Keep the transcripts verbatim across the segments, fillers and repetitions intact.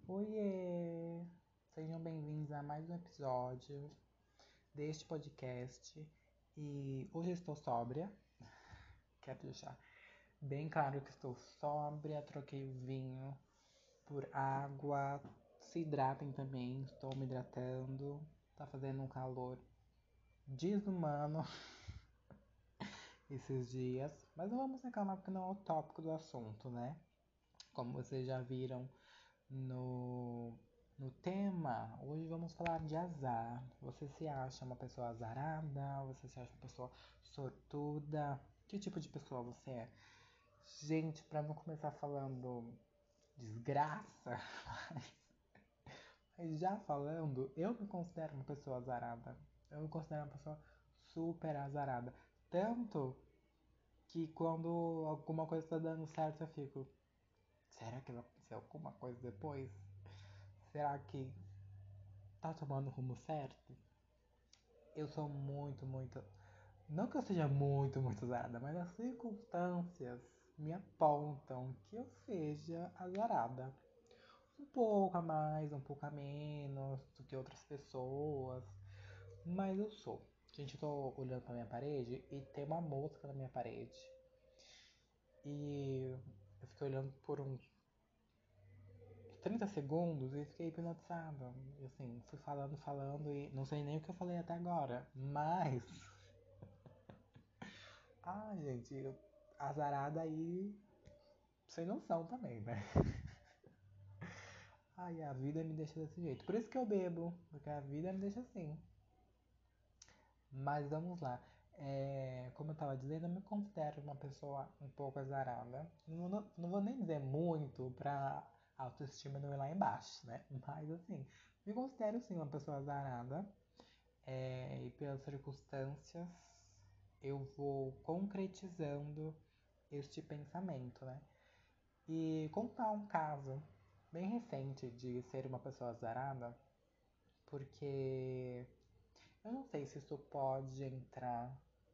Oiê! Sejam bem-vindos a mais um episódio deste podcast. E hoje eu estou sóbria. Quero deixar bem claro que estou sóbria. Troquei o vinho por água. Se hidratem também, estou me hidratando. Tá fazendo um calor desumano esses dias. Mas não vamos reclamar porque não é o tópico do assunto, né? Como vocês já viram no, no tema, hoje vamos falar de azar. Você se acha uma pessoa azarada? Você se acha uma pessoa sortuda? Que tipo de pessoa você é? Gente, pra não começar falando desgraça, mas já falando, eu me considero uma pessoa azarada. Eu me considero uma pessoa super azarada. Tanto que quando alguma coisa tá dando certo, eu fico, será que vai acontecer alguma coisa depois? Será que tá tomando o rumo certo? Eu sou muito, muito. Não que eu seja muito, muito azarada, mas as circunstâncias me apontam que eu seja azarada. Um pouco a mais, um pouco a menos do que outras pessoas. Mas eu sou. Gente, eu tô olhando pra minha parede e tem uma mosca na minha parede. E eu fiquei olhando por uns trinta segundos e fiquei hipnotizada. E assim, fui falando, falando e não sei nem o que eu falei até agora. Mas. Ah, gente, eu- azarada aí. Sem noção também, né? Ai, a vida me deixa desse jeito. Por isso que eu bebo, porque a vida me deixa assim. Mas vamos lá. É, como eu tava dizendo, eu me considero uma pessoa um pouco azarada. Não, não, não vou nem dizer muito pra autoestima não ir lá embaixo, né? Mas assim, me considero sim uma pessoa azarada. É, e pelas circunstâncias, eu vou concretizando este pensamento, né? E contar um caso bem recente de ser uma pessoa azarada, porque eu não sei se isso pode entrar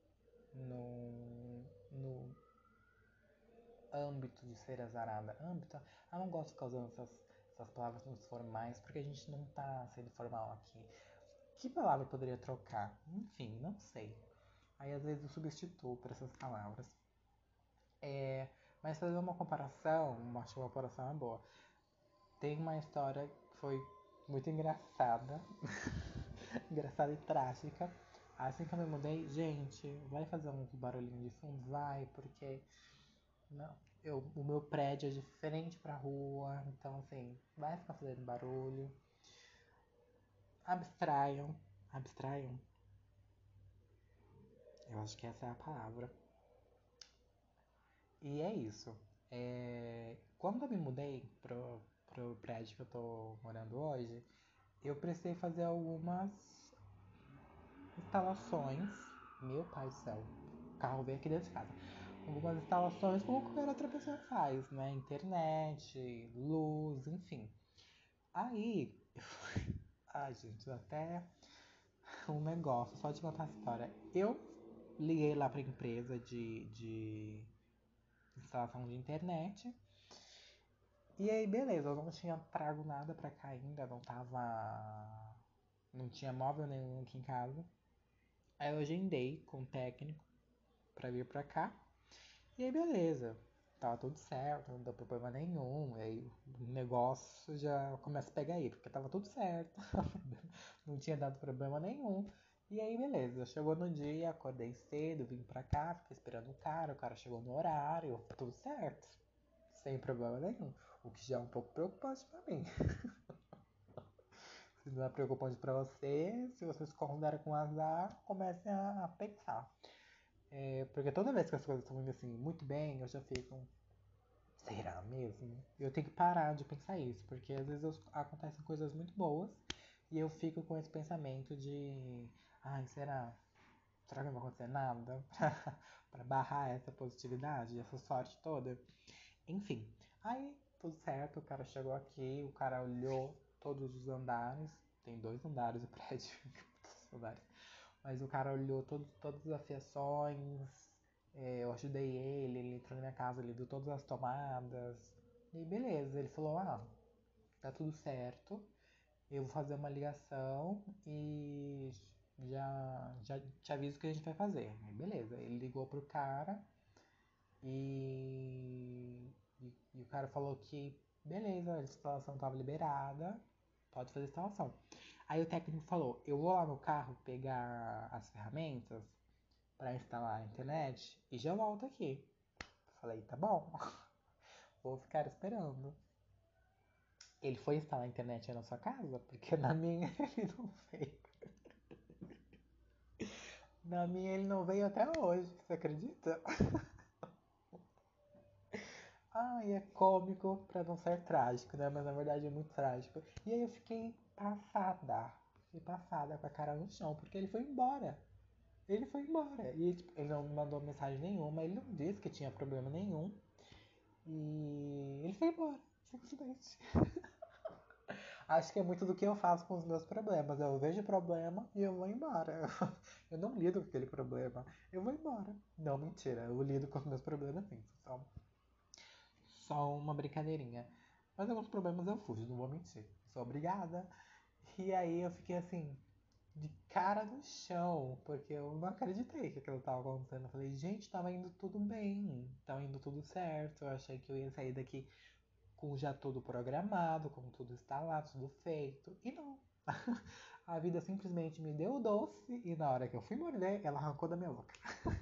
no, no âmbito de ser azarada. Âmbito? Eu não gosto de ficar usando essas, essas palavras nos formais, porque a gente não tá sendo formal aqui. Que palavra eu poderia trocar? Enfim, não sei. Aí às vezes eu substituo por essas palavras. É, mas fazer uma comparação, acho que uma comparação é boa. Tem uma história que foi muito engraçada, engraçada e trágica. Assim que eu me mudei, gente, vai fazer um barulhinho de fundo? Vai, porque não, eu, o meu prédio é de frente pra rua, então assim, vai ficar fazendo barulho. Abstraiam, abstraiam, eu acho que essa é a palavra. E é isso. É, quando eu me mudei pro, pro prédio que eu tô morando hoje, eu precisei fazer algumas instalações. Meu pai do céu, o carro veio aqui dentro de casa. Algumas instalações como qualquer outra pessoa faz, né? Internet, luz, enfim. Aí, ai gente, até um negócio, só te contar a história. Eu liguei lá pra empresa de, de instalação de internet. E aí, beleza, eu não tinha trago nada pra cá ainda, não tava. Não tinha móvel nenhum aqui em casa. Aí eu agendei com o técnico pra vir pra cá. E aí, beleza. Tava tudo certo, não deu problema nenhum. E aí o negócio já começa a pegar aí, porque tava tudo certo. Não tinha dado problema nenhum. E aí, beleza. Chegou no dia, acordei cedo, vim pra cá, fiquei esperando o cara. O cara chegou no horário, tudo certo. Sem problema nenhum. O que já é um pouco preocupante pra mim. Se não é preocupante pra você, se você se considera com azar, comece a, a pensar. É, porque toda vez que as coisas estão indo assim muito bem, eu já fico, será mesmo? Eu tenho que parar de pensar isso, porque às vezes eu- acontecem coisas muito boas e eu fico com esse pensamento de, ai, será? Será que não vai acontecer nada pra barrar essa positividade, essa sorte toda? Enfim, aí tudo certo, o cara chegou aqui, o cara olhou todos os andares, tem dois andares o prédio, muitos andares, mas o cara olhou todo, todas as fiações, é, eu ajudei ele, ele entrou na minha casa, ele viu todas as tomadas, e beleza, ele falou, ah, tá tudo certo. Eu vou fazer uma ligação e já, já te aviso o que a gente vai fazer. Aí, beleza, ele ligou pro cara e, e, e o cara falou que beleza, a instalação tava liberada, pode fazer a instalação. Aí o técnico falou, eu vou lá no carro pegar as ferramentas para instalar a internet e já volto aqui. Falei, tá bom, vou ficar esperando. Ele foi instalar a internet aí na sua casa? Porque na minha ele não veio. Na minha ele não veio até hoje, você acredita? Ai, é cômico pra não ser trágico, né? Mas na verdade é muito trágico. E aí eu fiquei passada. Fiquei passada com a cara no chão, porque ele foi embora. Ele foi embora. E tipo, ele não me mandou mensagem nenhuma, ele não disse que tinha problema nenhum. E ele foi embora, simplesmente. Acho que é muito do que eu faço com os meus problemas. Eu vejo o problema e eu vou embora. Eu não lido com aquele problema. Eu vou embora. Não, mentira. Eu lido com os meus problemas sim. Só, só uma brincadeirinha. Mas alguns problemas eu fujo, não vou mentir. Sou obrigada. E aí eu fiquei assim, de cara no chão, porque eu não acreditei que aquilo tava acontecendo. Eu falei, gente, tava indo tudo bem, tava indo tudo certo. Eu achei que eu ia sair daqui com já tudo programado, com tudo instalado, tudo feito. E não. A vida simplesmente me deu o doce e na hora que eu fui morder, ela arrancou da minha boca.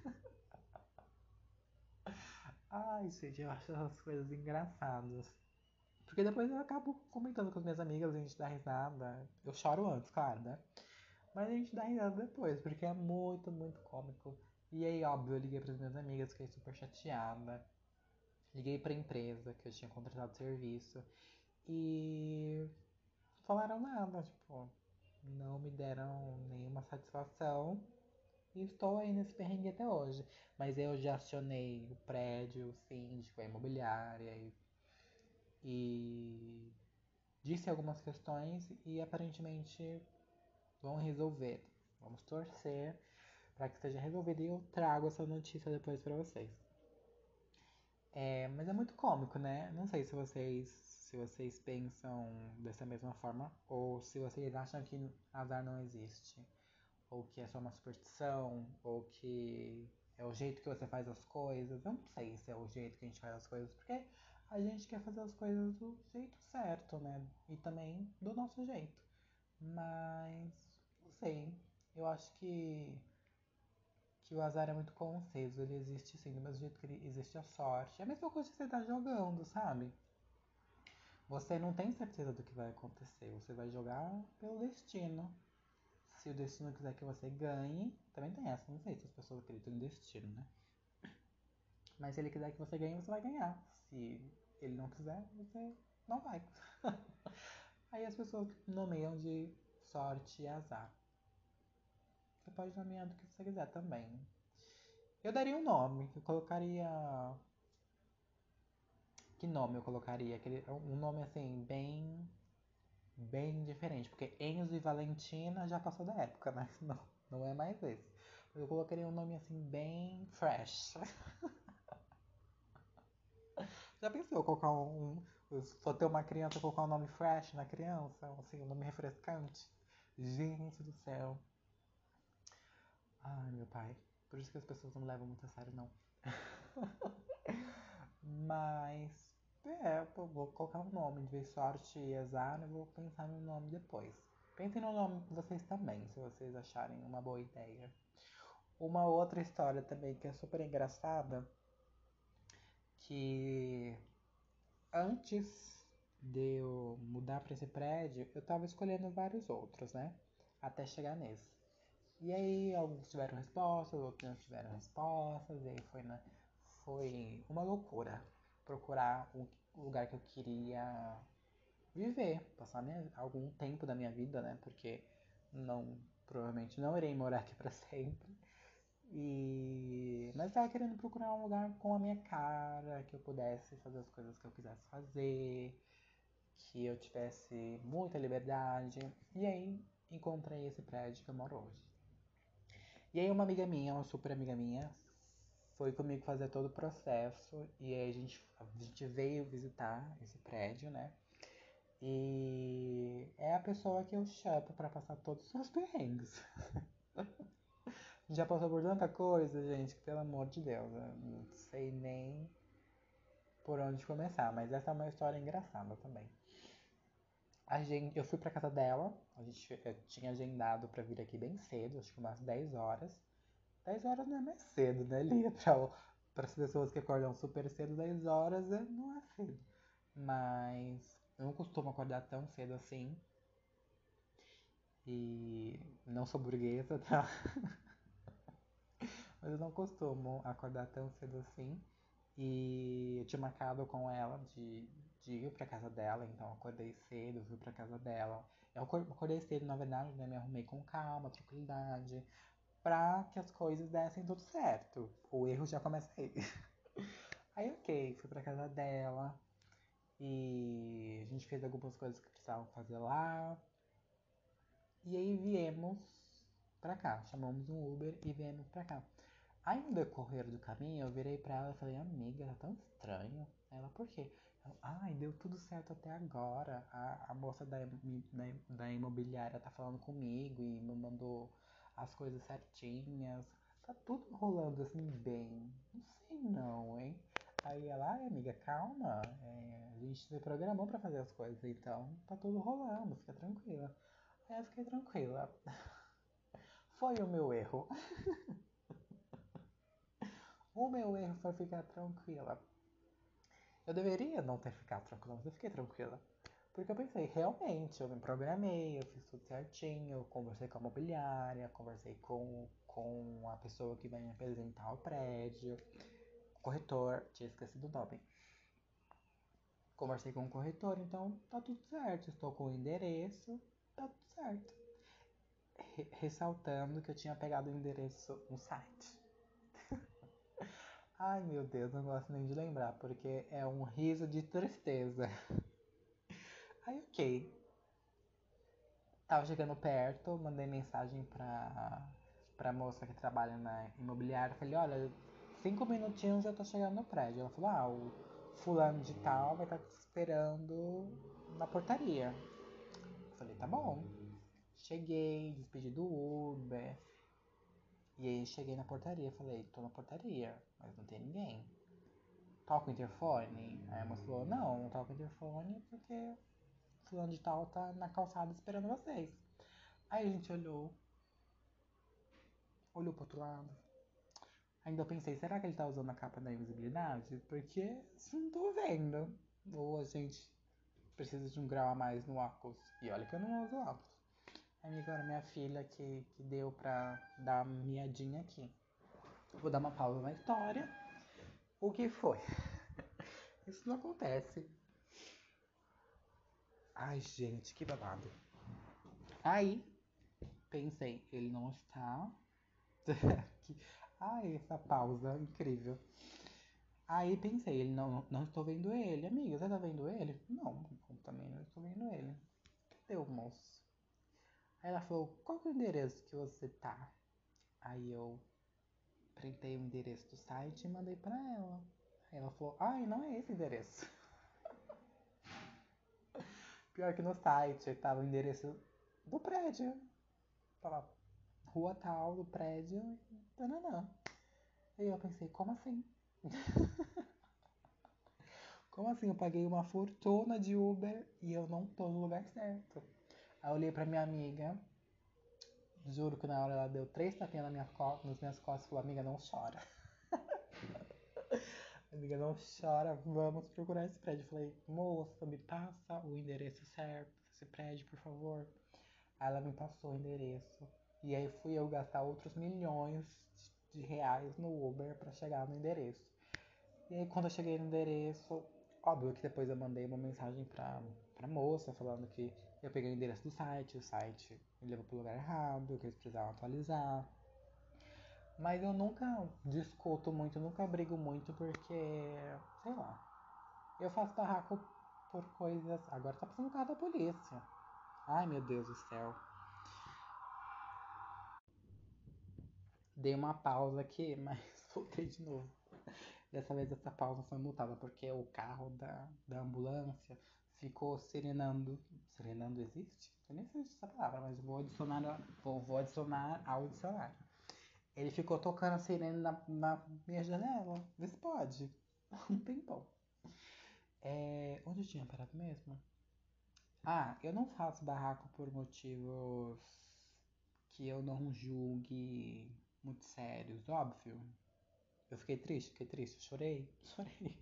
Ai, gente, eu acho essas coisas engraçadas. Porque depois eu acabo comentando com as minhas amigas, a gente dá risada. Eu choro antes, claro, né? Mas a gente dá risada depois, porque é muito, muito cômico. E aí, óbvio, eu liguei para as minhas amigas, fiquei super chateada. Liguei pra empresa que eu tinha contratado serviço. E falaram nada, tipo, não me deram nenhuma satisfação. E estou aí nesse perrengue até hoje. Mas eu já acionei o prédio, o síndico, a imobiliária e, e disse algumas questões e aparentemente vão resolver. Vamos torcer para que seja resolvido e eu trago essa notícia depois para vocês. É, mas é muito cômico, né? Não sei se vocês, se vocês pensam dessa mesma forma ou se vocês acham que azar não existe, ou que é só uma superstição, ou que é o jeito que você faz as coisas. Eu não sei se é o jeito que a gente faz as coisas, porque a gente quer fazer as coisas do jeito certo, né? E também do nosso jeito. Mas não sei. Eu acho que que o azar é muito conceso, ele existe sim, do mesmo jeito que ele existe a sorte. É a mesma coisa que você tá jogando, sabe? Você não tem certeza do que vai acontecer, você vai jogar pelo destino. Se o destino quiser que você ganhe, também tem essa, não sei se as pessoas acreditam em destino, né? Mas se ele quiser que você ganhe, você vai ganhar. Se ele não quiser, você não vai. Aí as pessoas nomeiam de sorte e azar. Você pode nomear do que você quiser também. Eu daria um nome, eu colocaria. Que nome eu colocaria? Aquele, um nome assim, bem. Bem diferente. Porque Enzo e Valentina já passou da época, né? Não, não é mais esse. Eu colocaria um nome assim, bem fresh. Já pensou colocar um. um só ter uma criança colocar um nome fresh na criança? Assim, um nome refrescante? Gente do céu. Ai, meu pai. Por isso que as pessoas não me levam muito a sério, não. Mas. É, eu vou colocar um nome. De vez sorte e azar, eu vou pensar no nome depois. Pensem no nome de vocês também, se vocês acharem uma boa ideia. Uma outra história também que é super engraçada, que antes de eu mudar para esse prédio, eu tava escolhendo vários outros, né? Até chegar nesse. E aí alguns tiveram respostas, outros não tiveram respostas, e aí foi, na, foi uma loucura procurar o lugar que eu queria viver, passar minha, algum tempo da minha vida, né? Porque não, provavelmente não irei morar aqui para sempre. E mas tava querendo procurar um lugar com a minha cara, que eu pudesse fazer as coisas que eu quisesse fazer, que eu tivesse muita liberdade. E aí encontrei esse prédio que eu moro hoje. E aí uma amiga minha, uma super amiga minha, foi comigo fazer todo o processo e aí a gente, a gente veio visitar esse prédio, né? E é a pessoa que eu chamo pra passar todos os meus perrengues. Já passou por tanta coisa, gente, que pelo amor de Deus, eu não sei nem por onde começar, mas essa é uma história engraçada também. A gente, eu fui pra casa dela, a gente eu tinha agendado pra vir aqui bem cedo, acho que umas dez horas. dez horas não é mais cedo, né, Lia? Pra, para as pessoas que acordam super cedo, dez horas é, não é cedo. Mas eu não costumo acordar tão cedo assim. E não sou burguesa, tá? Mas eu não costumo acordar tão cedo assim. E eu tinha marcado com ela de, de ir pra casa dela, então eu acordei cedo, fui pra casa dela. Eu acordei cedo, na verdade, né? Me arrumei com calma, tranquilidade, pra que as coisas dessem tudo certo. O erro já começa aí. Aí, ok, fui pra casa dela e a gente fez algumas coisas que precisavam fazer lá. E aí viemos pra cá, chamamos um Uber e viemos pra cá. Aí no decorrer do caminho eu virei pra ela e falei, amiga, tá tão estranho. Ela, por quê? Eu, ai, deu tudo certo até agora. A, a moça da, da, da imobiliária tá falando comigo e me mandou as coisas certinhas. Tá tudo rolando assim bem. Não sei não, hein? Aí ela, ai amiga, calma. É, a gente se programou pra fazer as coisas, então tá tudo rolando, fica tranquila. Aí eu fiquei tranquila. Foi o meu erro. O meu erro foi ficar tranquila. Eu deveria não ter ficado tranquila, mas eu fiquei tranquila. Porque eu pensei, realmente, eu me programei, eu fiz tudo certinho, eu conversei com a mobiliária, conversei com, com a pessoa que vai me apresentar o prédio, corretor, tinha esquecido o nome. Conversei com o corretor, então tá tudo certo, estou com o endereço, tá tudo certo. Re- ressaltando que eu tinha pegado o endereço no site. Ai meu Deus, não gosto nem de lembrar, porque é um riso de tristeza. Aí, ok. Tava chegando perto, mandei mensagem pra, pra moça que trabalha na imobiliária. Falei, olha, cinco minutinhos eu tô chegando no prédio. Ela falou, ah, o fulano de tal vai estar te esperando na portaria. Eu falei, tá bom. Cheguei, despedi do Uber. E aí cheguei na portaria. Falei, tô na portaria, mas não tem ninguém. Toca o interfone? Aí a moça falou, não, não toca o interfone porque fulano de tal tá na calçada esperando vocês. Aí a gente olhou, olhou pro outro lado. Ainda pensei, será que ele tá usando a capa da invisibilidade? Porque não tô vendo. Ou a gente precisa de um grau a mais no óculos. E olha que eu não uso óculos. Aí agora minha filha que, que deu pra dar uma miadinha aqui. Vou dar uma pausa na história. O que foi? Isso não acontece. Ai, gente, que babado. Aí, pensei, ele não está. Ai, essa pausa incrível. Aí pensei, ele não, não estou vendo ele. Amiga, você tá vendo ele? Não, eu também não estou vendo ele. Cadê o moço? Aí ela falou, qual que é o endereço que você tá? Aí eu printei o endereço do site e mandei pra ela. Aí ela falou, ai, não é esse endereço. Pior que no site tava o endereço do prédio. Tava rua tal do prédio. Tananã. Aí eu pensei, como assim? Como assim? Eu paguei uma fortuna de Uber e eu não tô no lugar certo. Aí eu olhei pra minha amiga. Juro que na hora ela deu três tapinhas na minha co- nas minhas costas e falou, amiga, não chora. Amiga, não chora, vamos procurar esse prédio. Eu falei, moça, me passa o endereço certo desse prédio, por favor. Aí ela me passou o endereço. E aí fui eu gastar outros milhões de reais no Uber pra chegar no endereço. E aí quando eu cheguei no endereço, óbvio que depois eu mandei uma mensagem pra, pra moça falando que eu peguei o endereço do site, o site me levou pro lugar errado, que eles precisavam atualizar. Mas eu nunca discuto muito, nunca brigo muito porque, sei lá, eu faço barraco por coisas. Agora tá passando o carro da polícia. Ai meu Deus do céu. Dei uma pausa aqui, mas voltei de novo. Dessa vez essa pausa foi multada porque o carro da, da ambulância ficou serenando. Serenando existe? Eu nem sei se essa palavra, mas vou adicionar, vou, vou adicionar ao dicionário. Ele ficou tocando a sirene na, na minha janela. Vê se pode. Um tempão. É, onde eu tinha parado mesmo? Ah, eu não faço barraco por motivos que eu não julgue muito sérios, óbvio. Eu fiquei triste, fiquei triste, chorei, chorei.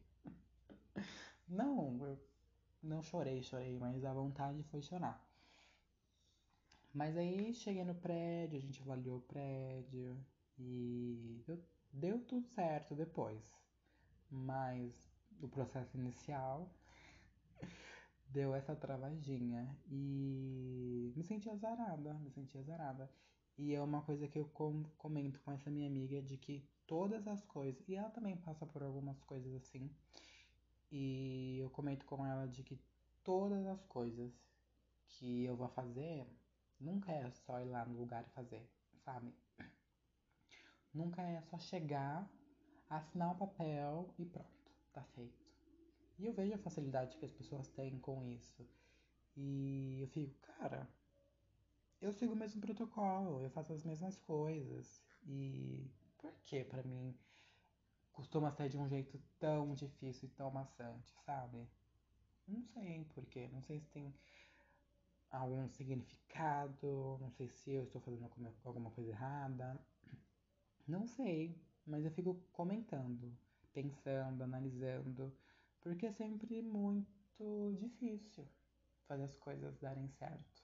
Não, eu não chorei, chorei, mas a vontade foi chorar. Mas aí cheguei no prédio, a gente avaliou o prédio e deu, deu tudo certo depois. Mas o processo inicial deu essa travadinha e me senti azarada, me senti azarada. E é uma coisa que eu com- comento com essa minha amiga de que todas as coisas, e ela também passa por algumas coisas assim, e eu comento com ela de que todas as coisas que eu vou fazer, nunca é só ir lá no lugar e fazer, sabe? Nunca é só chegar, assinar um papel e pronto, tá feito. E eu vejo a facilidade que as pessoas têm com isso. E eu fico, cara, eu sigo o mesmo protocolo, eu faço as mesmas coisas. E por que pra mim costuma ser de um jeito tão difícil e tão maçante, sabe? Não sei por quê, não sei se tem algum significado, não sei se eu estou fazendo alguma alguma coisa errada, não sei, mas eu fico comentando, pensando, analisando, porque é sempre muito difícil fazer as coisas darem certo.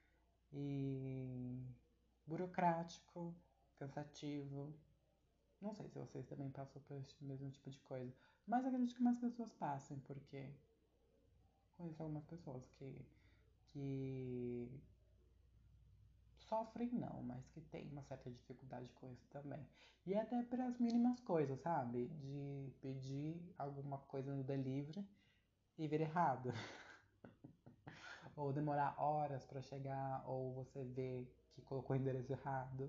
E burocrático, cansativo. Não sei se vocês também passam por esse mesmo tipo de coisa, mas acredito que mais pessoas passem, porque conheço algumas pessoas que, que sofrem não, mas que têm uma certa dificuldade com isso também. E é até para as mínimas coisas, sabe? De pedir alguma coisa no delivery e vir errado. Ou demorar horas para chegar, ou você vê que colocou o endereço errado.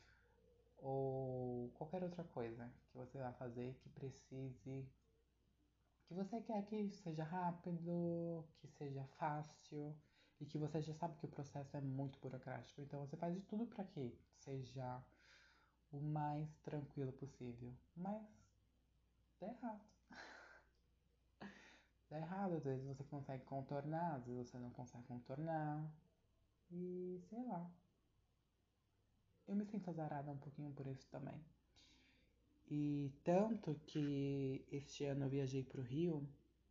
Ou qualquer outra coisa que você vai fazer que precise, que você quer que seja rápido, que seja fácil e que você já sabe que o processo é muito burocrático. Então você faz de tudo para que seja o mais tranquilo possível. Mas dá errado. Dá errado, às vezes você consegue contornar, às vezes você não consegue contornar. E sei lá. Eu me sinto azarada um pouquinho por isso também. E tanto que este ano eu viajei pro Rio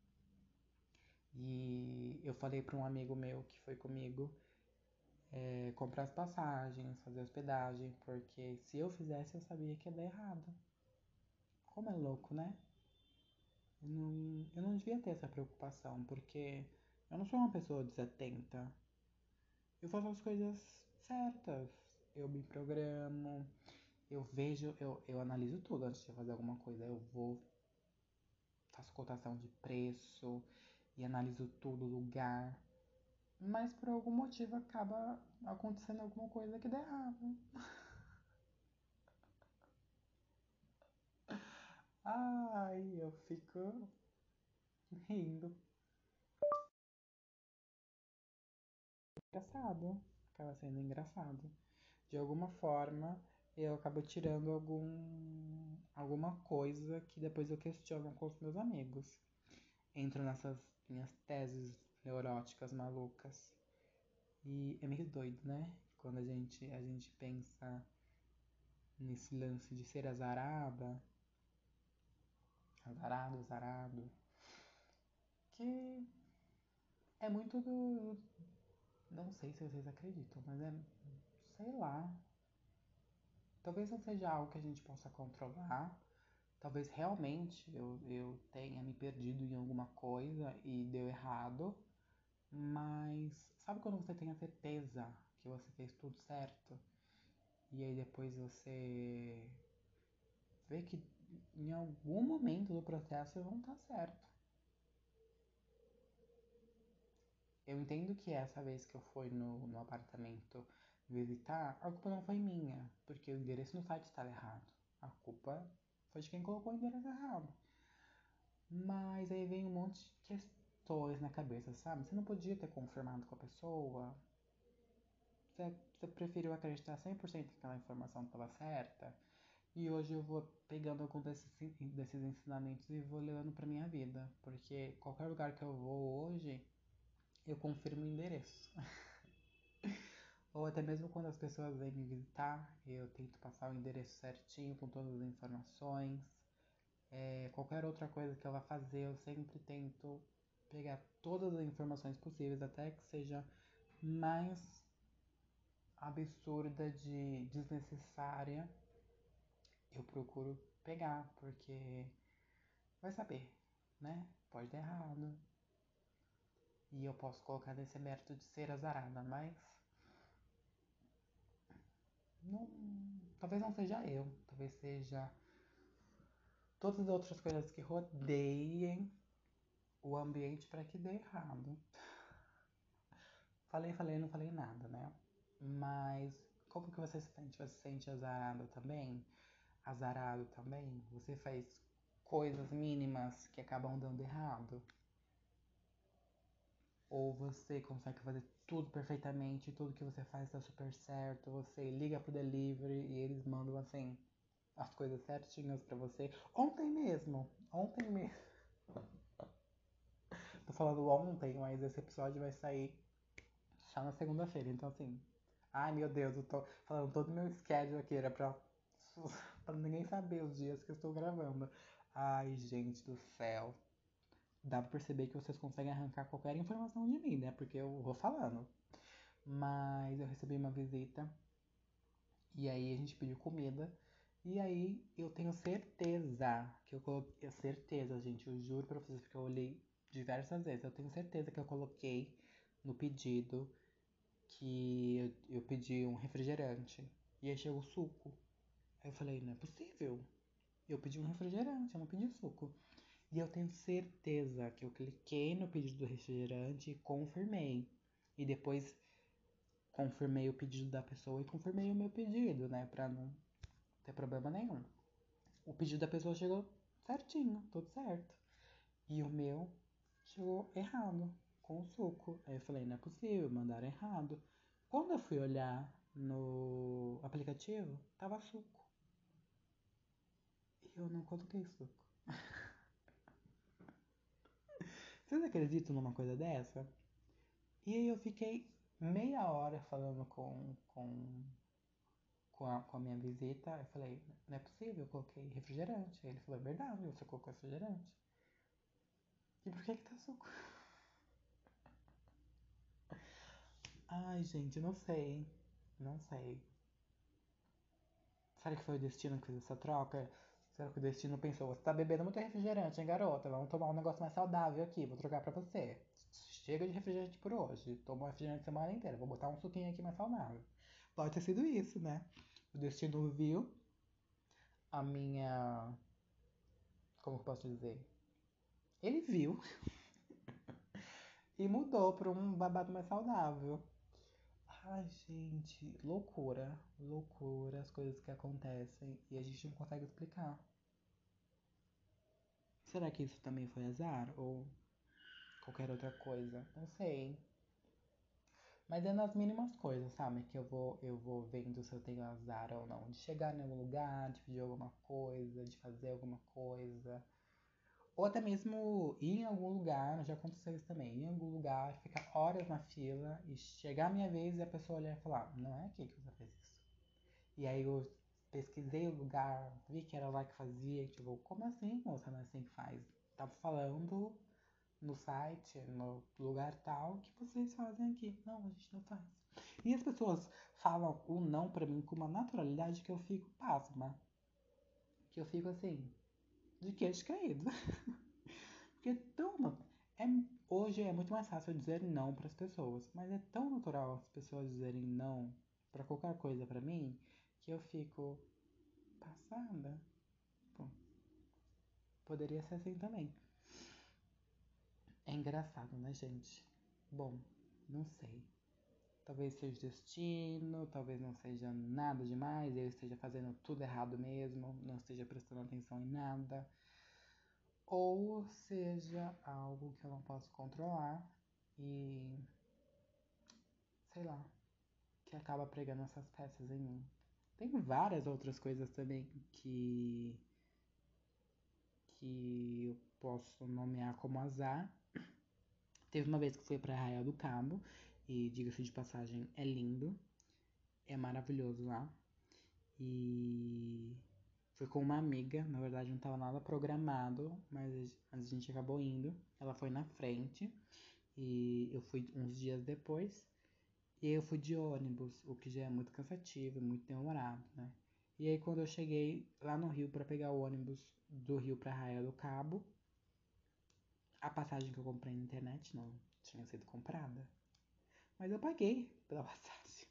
e eu falei para um amigo meu que foi comigo é, comprar as passagens, fazer hospedagem, porque se eu fizesse eu sabia que ia dar errado. Como é louco, né? Eu não, eu não devia ter essa preocupação, porque eu não sou uma pessoa desatenta. Eu faço as coisas certas. Eu me programo, eu vejo, eu, eu analiso tudo antes de fazer alguma coisa. Eu vou, faço cotação de preço e analiso tudo, lugar. Mas por algum motivo acaba acontecendo alguma coisa que dá errado. Ai, eu fico rindo. Engraçado. Acaba sendo engraçado. De alguma forma, eu acabo tirando algum, alguma coisa que depois eu questiono com os meus amigos. Entro nessas minhas teses neuróticas malucas. E é meio doido, né? Quando a gente, a gente pensa nesse lance de ser azarada, azarado, azarado, que é muito do. Não sei se vocês acreditam, mas é. Sei lá. Talvez não seja algo que a gente possa controlar. Talvez realmente eu, eu tenha me perdido em alguma coisa e deu errado. Mas sabe quando você tem a certeza que você fez tudo certo? E aí depois você vê que em algum momento do processo não tá certo. Eu entendo que essa vez que eu fui no, no apartamento visitar, a culpa não foi minha, porque o endereço no site estava errado. A culpa foi de quem colocou o endereço errado. Mas aí vem um monte de questões na cabeça, sabe? Você não podia ter confirmado com a pessoa. Você, você preferiu acreditar cem por cento que aquela informação estava certa. E hoje eu vou pegando algum desses, desses ensinamentos e vou levando pra minha vida. Porque qualquer lugar que eu vou hoje, eu confirmo o endereço. Ou até mesmo quando as pessoas vêm me visitar, eu tento passar o endereço certinho com todas as informações. É, qualquer outra coisa que ela fazer, eu sempre tento pegar todas as informações possíveis, até que seja mais absurda de desnecessária, eu procuro pegar, porque vai saber, né? Pode dar errado. E eu posso colocar nesse mérito de ser azarada, mas não, talvez não seja eu, talvez seja todas as outras coisas que rodeiem o ambiente para que dê errado. Falei, falei, não falei nada, né? Mas como que você se sente? Você se sente azarado também? Azarado também? Você faz coisas mínimas que acabam dando errado? Ou você consegue fazer tudo perfeitamente, tudo que você faz tá super certo, você liga pro delivery e eles mandam assim as coisas certinhas pra você. Ontem mesmo, ontem mesmo. Tô falando ontem, mas esse episódio vai sair só na segunda-feira, então assim. Ai meu Deus, eu tô falando todo o meu schedule aqui, era pra, pra ninguém saber os dias que eu estou gravando. Ai, gente do céu. Dá pra perceber que vocês conseguem arrancar qualquer informação de mim, né? Porque eu vou falando. Mas eu recebi uma visita e aí a gente pediu comida. E aí eu tenho certeza que eu coloquei. Certeza, gente, eu juro pra vocês, porque eu olhei diversas vezes. Eu tenho certeza que eu coloquei no pedido que eu, eu pedi um refrigerante. E aí chegou suco. Aí eu falei, não é possível. Eu pedi um refrigerante, eu não pedi suco. E eu tenho certeza que eu cliquei no pedido do refrigerante e confirmei. E depois confirmei o pedido da pessoa e confirmei o meu pedido, né? Pra não ter problema nenhum. O pedido da pessoa chegou certinho, tudo certo. E o meu chegou errado, com o suco. Aí eu falei, não é possível, mandaram errado. Quando eu fui olhar no aplicativo, tava suco. E eu não coloquei suco. Vocês acreditam numa coisa dessa? E aí eu fiquei meia hora falando com, com, com, a, com a minha visita. Eu falei, não é possível, eu coloquei refrigerante. Aí ele falou, é verdade, você colocou refrigerante. E por que que tá suco? Ai, gente, não sei. Não sei. Será que foi o destino que fez essa troca? Será que o destino pensou, você tá bebendo muito refrigerante, hein, garota? Vamos tomar um negócio mais saudável aqui, vou trocar pra você. Chega de refrigerante por hoje. Tomou refrigerante a semana inteira. Vou botar um suquinho aqui mais saudável. Pode ter sido isso, né? O destino viu a minha. Como eu posso dizer? Ele viu e mudou pra um babado mais saudável. Ai, gente, loucura. Loucura as coisas que acontecem e a gente não consegue explicar. Será que isso também foi azar? Ou qualquer outra coisa? Não sei. Mas é nas mínimas coisas, sabe? Que eu vou, eu vou vendo se eu tenho azar ou não. De chegar em algum lugar, de pedir alguma coisa, de fazer alguma coisa. Ou até mesmo ir em algum lugar, já aconteceu isso também. Ir em algum lugar, ficar horas na fila e chegar a minha vez e a pessoa olhar e falar: não é aqui que você fez isso. E aí eu pesquisei o lugar, vi que era lá que fazia. E tipo, como assim, moça? Não é assim que faz? Tava falando no site, no lugar tal, que vocês fazem aqui. Não, a gente não faz. E as pessoas falam o não pra mim com uma naturalidade que eu fico pasma. Que eu fico assim, de queixo caído. Porque é tão. É, hoje é muito mais fácil dizer não para as pessoas, mas é tão natural as pessoas dizerem não para qualquer coisa pra mim que eu fico passada. Pô, poderia ser assim também. É engraçado, né, gente? Bom, não sei. Talvez seja destino, talvez não seja nada demais, eu esteja fazendo tudo errado mesmo, não esteja prestando atenção em nada. ou seja algo que eu não posso controlar e, sei lá, que acaba pregando essas peças em mim. Tem várias outras coisas também que, que eu posso nomear como azar. Teve uma vez que eu fui pra Arraial do Cabo, e diga-se de passagem, é lindo, é maravilhoso lá. E fui com uma amiga, na verdade não tava nada programado, mas a gente acabou indo. Ela foi na frente e eu fui uns dias depois. E aí eu fui de ônibus, o que já é muito cansativo, muito demorado, né? E aí quando eu cheguei lá no Rio pra pegar o ônibus do Rio pra Arraial do Cabo, a passagem que eu comprei na internet não tinha sido comprada. Mas eu paguei pela passagem.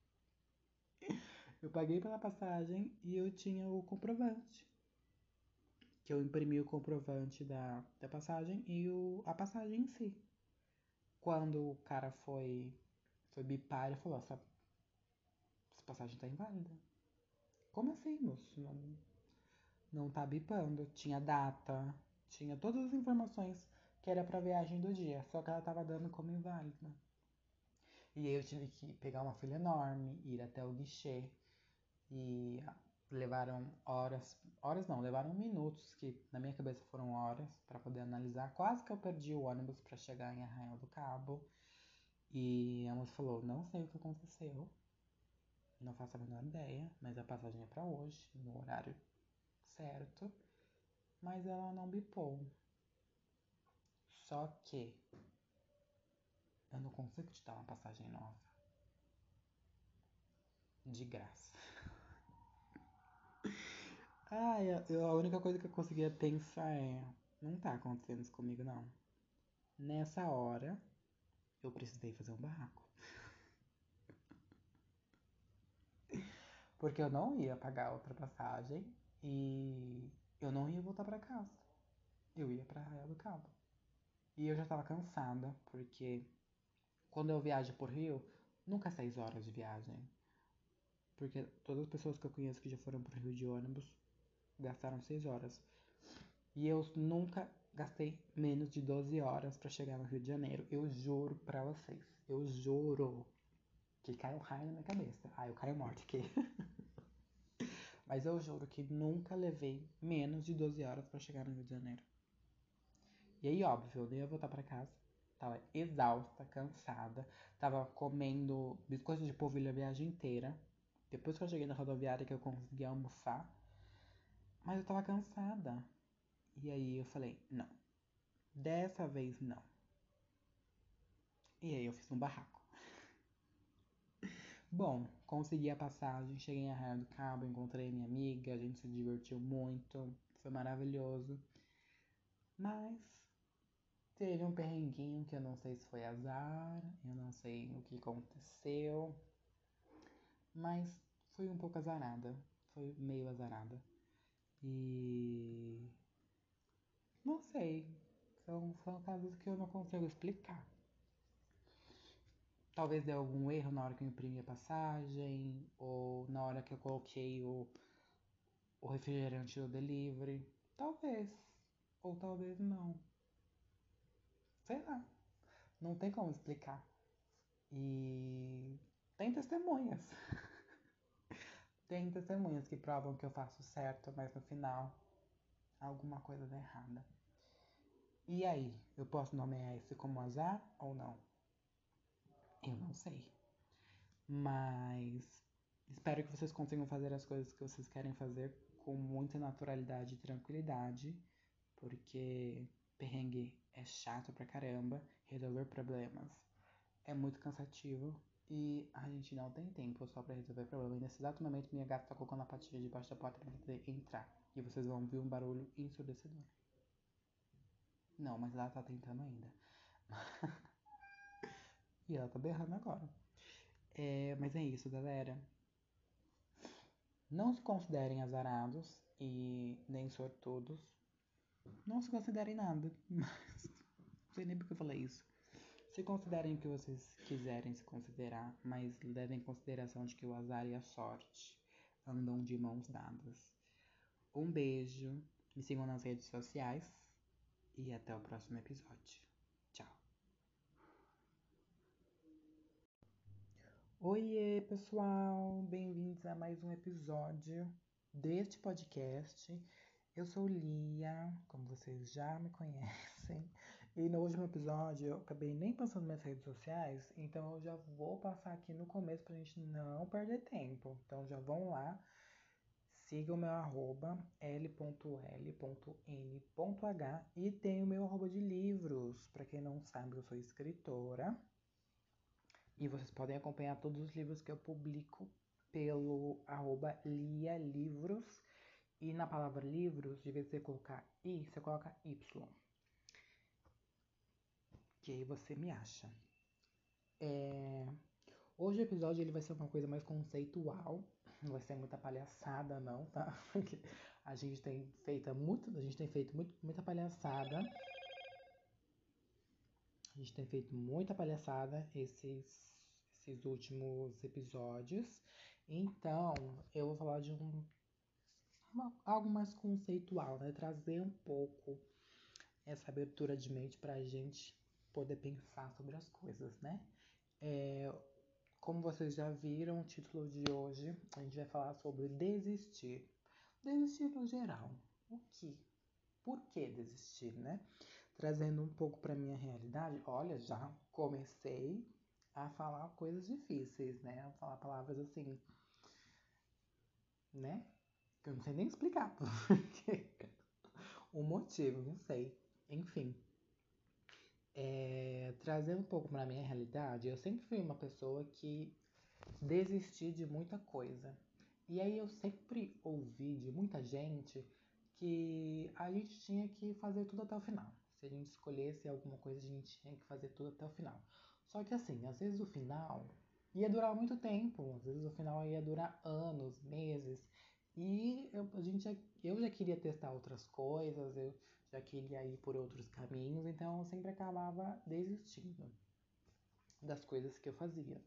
Eu paguei pela passagem e eu tinha o comprovante. Que eu imprimi o comprovante da, da passagem e o, a passagem em si. Quando o cara foi, foi bipar, ele falou, essa, essa passagem tá inválida. Como assim, moço? Não, não tá bipando. Tinha data, tinha todas as informações que era pra viagem do dia, só que ela tava dando como inválida. E aí eu tive que pegar uma fila enorme, ir até o guichê. E levaram horas, horas não, levaram minutos, que na minha cabeça foram horas, para poder analisar. Quase que eu perdi o ônibus para chegar em Arraial do Cabo. E a moça falou, não sei o que aconteceu, não faço a menor ideia, mas a passagem é para hoje, no horário certo. Mas ela não bipou. Só que eu não consigo te dar uma passagem nova. De graça. Ah, eu, a única coisa que eu conseguia pensar é, não tá acontecendo isso comigo não. Nessa hora, eu precisei fazer um barraco. Porque eu não ia pagar outra passagem e eu não ia voltar pra casa. Eu ia pra Arraial do Cabo. E eu já tava cansada, porque quando eu viajo por Rio, nunca é seis horas de viagem. Porque todas as pessoas que eu conheço que já foram pro Rio de ônibus gastaram seis horas. E eu nunca gastei menos de doze horas pra chegar no Rio de Janeiro. Eu juro pra vocês. Eu juro que cai um raio na minha cabeça. Ah, eu caio morto aqui. Mas eu juro que nunca levei menos de doze horas pra chegar no Rio de Janeiro. E aí, óbvio, eu ia voltar pra casa. Tava exausta, cansada. Tava comendo biscoito de polvilho a viagem inteira. Depois que eu cheguei na rodoviária que eu consegui almoçar. Mas eu tava cansada. E aí eu falei, não. Dessa vez não. E aí eu fiz um barraco. Bom, consegui a passagem, cheguei em Arraial do Cabo, encontrei minha amiga, a gente se divertiu muito, foi maravilhoso. Mas teve um perrenguinho que eu não sei se foi azar, eu não sei o que aconteceu, mas fui um pouco azarada, foi meio azarada. E não sei, são, são casos que eu não consigo explicar. Talvez dê algum erro na hora que eu imprimi a passagem, ou na hora que eu coloquei o, o refrigerante no delivery. Talvez, ou talvez não. Sei lá, não tem como explicar. E tem testemunhas. Tem testemunhas que provam que eu faço certo, mas no final alguma coisa dá errada. E aí, eu posso nomear isso como azar ou não? Eu não sei. Mas espero que vocês consigam fazer as coisas que vocês querem fazer com muita naturalidade e tranquilidade, porque perrengue é chato pra caramba, resolver problemas é muito cansativo e a gente não tem tempo só pra resolver problema. E nesse exato momento, minha gata tá colocando a patinha debaixo da porta pra poder entrar. E vocês vão ouvir um barulho ensurdecedor. Não, mas ela tá tentando ainda. E ela tá berrando agora. É, mas é isso, galera. Não se considerem azarados e nem sortudos. Não se considerem nada. Mas não sei nem porque eu falei isso. Se considerem o que vocês quiserem se considerar, mas levem em consideração de que o azar e a sorte andam de mãos dadas. Um beijo, me sigam nas redes sociais, e até o próximo episódio. Tchau. Oiê, pessoal! Bem-vindos a mais um episódio deste podcast. Eu sou Lia, como vocês já me conhecem. E no último episódio eu acabei nem passando nas redes sociais, então eu já vou passar aqui no começo pra gente não perder tempo. Então já vão lá, sigam o meu arroba l ponto l ponto n ponto h e tem o meu arroba de livros. Pra quem não sabe, eu sou escritora. E vocês podem acompanhar todos os livros que eu publico pelo arroba Lia Livros. E na palavra livros, de vez de você colocar I, você coloca Y. Que aí você me acha. É... Hoje o episódio ele vai ser uma coisa mais conceitual. Não vai ser muita palhaçada, não, tá? Porque a gente tem feito muito, a gente tem feito muito, muita palhaçada. A gente tem feito muita palhaçada esses, esses últimos episódios. Então, eu vou falar de um uma, algo mais conceitual, né? Trazer um pouco essa abertura de mente para a gente poder pensar sobre as coisas, né? É, como vocês já viram, o título de hoje, a gente vai falar sobre desistir. Desistir no geral. O que? Por que desistir, né? Trazendo um pouco para minha realidade, olha, já comecei a falar coisas difíceis, né? A falar palavras assim, né? Que eu não sei nem explicar porque o motivo, não sei. Enfim, é, trazendo um pouco para minha realidade, eu sempre fui uma pessoa que desisti de muita coisa. E aí eu sempre ouvi de muita gente que a gente tinha que fazer tudo até o final. Se a gente escolhesse alguma coisa, a gente tinha que fazer tudo até o final. Só que assim, às vezes o final ia durar muito tempo, às vezes o final ia durar anos, meses. E eu, a gente já, eu já queria testar outras coisas, eu já queria ir por outros caminhos, então eu sempre acabava desistindo das coisas que eu fazia.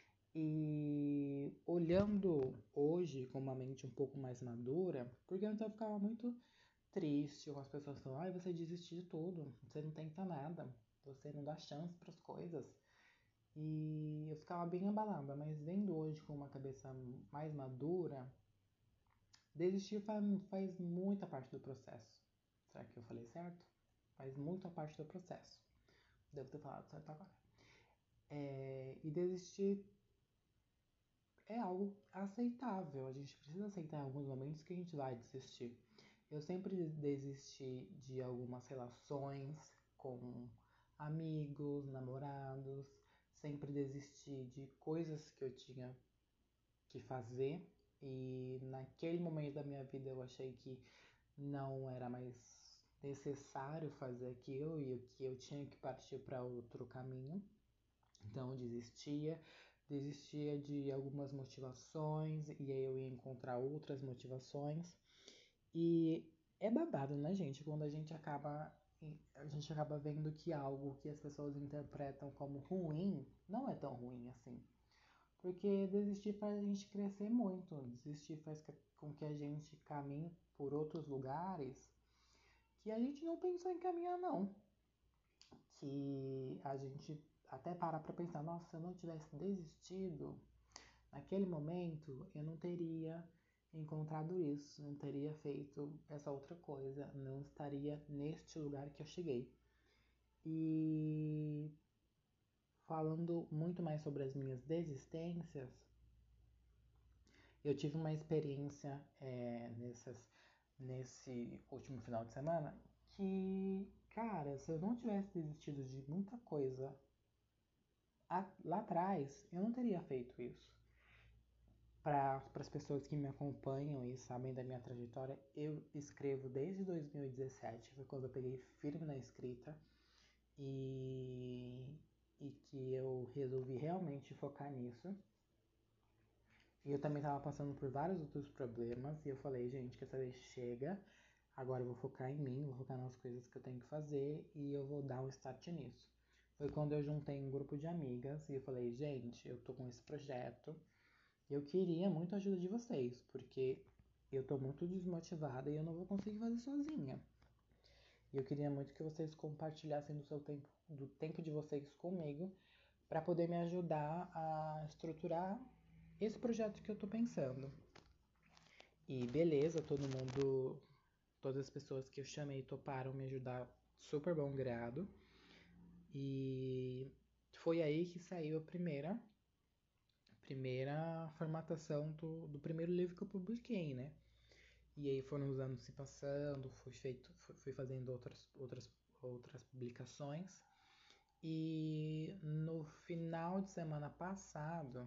E olhando hoje com uma mente um pouco mais madura, porque antes eu ficava muito triste com as pessoas falando, ai, você desistiu de tudo, você não tenta nada, você não dá chance para as coisas. E eu ficava bem abalada, mas vendo hoje com uma cabeça mais madura, desistir faz, faz muita parte do processo. Será que eu falei certo? Faz muita parte do processo. Devo ter falado certo agora. É, e desistir é algo aceitável. A gente precisa aceitar em alguns momentos que a gente vai desistir. Eu sempre desisti de algumas relações com amigos, namorados. Sempre desisti de coisas que eu tinha que fazer. E naquele momento da minha vida eu achei que não era mais necessário fazer aquilo e que eu tinha que partir para outro caminho. Então eu desistia, desistia de algumas motivações e aí eu ia encontrar outras motivações. E é babado, né, gente? Quando a gente acaba a gente acaba vendo que algo que as pessoas interpretam como ruim não é tão ruim assim. Porque desistir faz a gente crescer muito, desistir faz com que a gente caminhe por outros lugares que a gente não pensou em caminhar, não. Que a gente até para pra pensar, nossa, se eu não tivesse desistido, naquele momento eu não teria encontrado isso, não teria feito essa outra coisa, não estaria neste lugar que eu cheguei. E falando muito mais sobre as minhas desistências, eu tive uma experiência é, nessas, nesse último final de semana que, cara, se eu não tivesse desistido de muita coisa lá atrás, eu não teria feito isso. Para as pessoas que me acompanham e sabem da minha trajetória, eu escrevo desde dois mil e dezessete, foi quando eu peguei firme na escrita e, e que eu resolvi realmente focar nisso. E eu também estava passando por vários outros problemas e eu falei, gente, quer saber, chega, agora eu vou focar em mim, vou focar nas coisas que eu tenho que fazer e eu vou dar um start nisso. Foi quando eu juntei um grupo de amigas e eu falei, gente, eu tô com esse projeto, eu queria muito a ajuda de vocês, porque eu tô muito desmotivada e eu não vou conseguir fazer sozinha. E eu queria muito que vocês compartilhassem do seu tempo, do tempo de vocês comigo, para poder me ajudar a estruturar esse projeto que eu tô pensando. E beleza, todo mundo, todas as pessoas que eu chamei toparam me ajudar, super bom grado. E foi aí que saiu a primeira, primeira formatação do, do primeiro livro que eu publiquei, né? E aí foram os anos se passando, fui feito, fui, fui fazendo outras, outras, outras publicações. E no final de semana passado,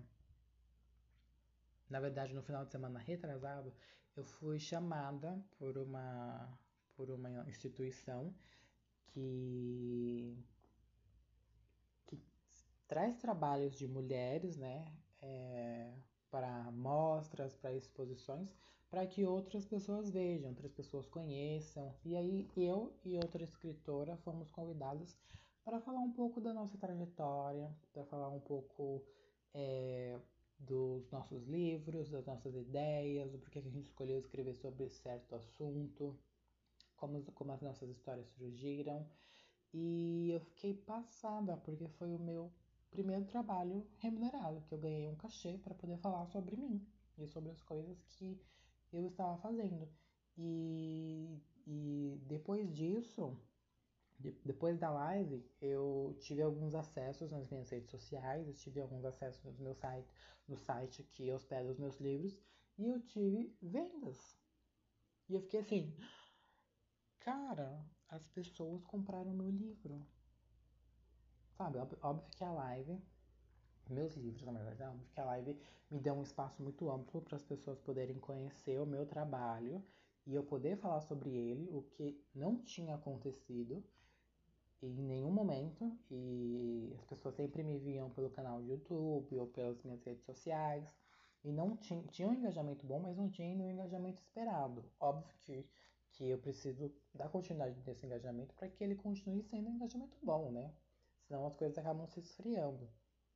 na verdade no final de semana retrasado, eu fui chamada por uma, por uma instituição que, que traz trabalhos de mulheres, né, é, para mostras, para exposições, para que outras pessoas vejam, outras pessoas conheçam. E aí eu e outra escritora fomos convidadas para falar um pouco da nossa trajetória, para falar um pouco é, dos nossos livros, das nossas ideias, do porquê que a gente escolheu escrever sobre certo assunto, como, como as nossas histórias surgiram. E eu fiquei passada, porque foi o meu primeiro trabalho remunerado, que eu ganhei um cachê para poder falar sobre mim e sobre as coisas que eu estava fazendo. E, e depois disso, de, depois da live, eu tive alguns acessos nas minhas redes sociais, eu tive alguns acessos no meu site, no site que hospeda os meus livros, e eu tive vendas. E eu fiquei assim, cara, as pessoas compraram meu livro. Sabe, óbvio, óbvio que a live, meus livros, na verdade, é óbvio que a live me deu um espaço muito amplo para as pessoas poderem conhecer o meu trabalho e eu poder falar sobre ele, o que não tinha acontecido em nenhum momento. E as pessoas sempre me viam pelo canal de YouTube ou pelas minhas redes sociais e não tinha, tinha um engajamento bom, mas não tinha o engajamento esperado. Óbvio que, que eu preciso dar continuidade nesse engajamento para que ele continue sendo um engajamento bom, né? Senão as coisas acabam se esfriando.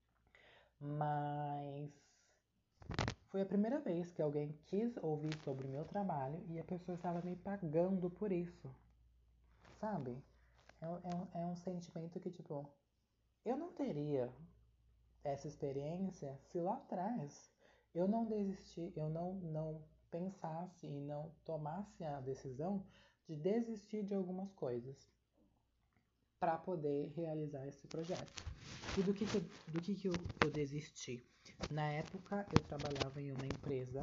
Mas foi a primeira vez que alguém quis ouvir sobre o meu trabalho e a pessoa estava me pagando por isso. Sabe? É, um- é, um, é um sentimento que, tipo, eu não teria essa experiência se lá atrás eu não desistir, eu não, não pensasse e não tomasse a decisão de desistir de algumas coisas para poder realizar esse projeto. E do que, que, eu, do que, que eu, eu desisti? Na época eu trabalhava em uma empresa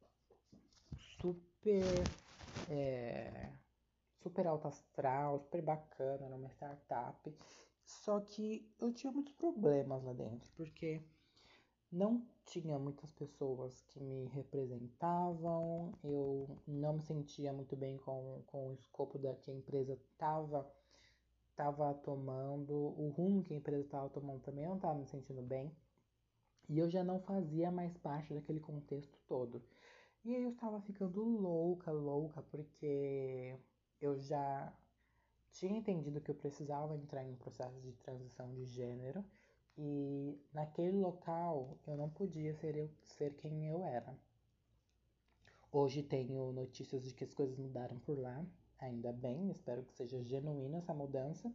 super, é, super alto astral, super bacana, era uma startup. Só que eu tinha muitos problemas lá dentro, porque não tinha muitas pessoas que me representavam, eu não me sentia muito bem com, com o escopo da que a empresa estava tava tomando, o rumo que a empresa estava tomando também eu não estava me sentindo bem. E eu já não fazia mais parte daquele contexto todo. E aí eu estava ficando louca, louca, porque eu já tinha entendido que eu precisava entrar em um processo de transição de gênero. E naquele local eu não podia ser, eu, ser quem eu era. Hoje tenho notícias de que as coisas mudaram por lá, ainda bem, espero que seja genuína essa mudança.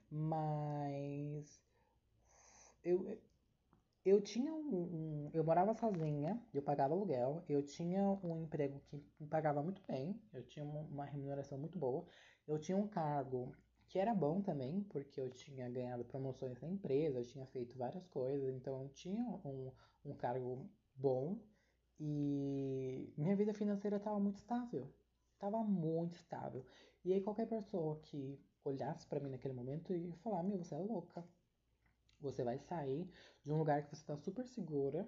Mas eu, eu tinha um, um- Eu morava sozinha, eu pagava aluguel, eu tinha um emprego que me pagava muito bem, eu tinha uma, uma remuneração muito boa, eu tinha um cargo que era bom também, porque eu tinha ganhado promoções na empresa, eu tinha feito várias coisas, então eu tinha um, um cargo bom e minha vida financeira estava muito estável. Estava muito estável. E aí qualquer pessoa que olhasse pra mim naquele momento ia falar, meu, você é louca. Você vai sair de um lugar que você está super segura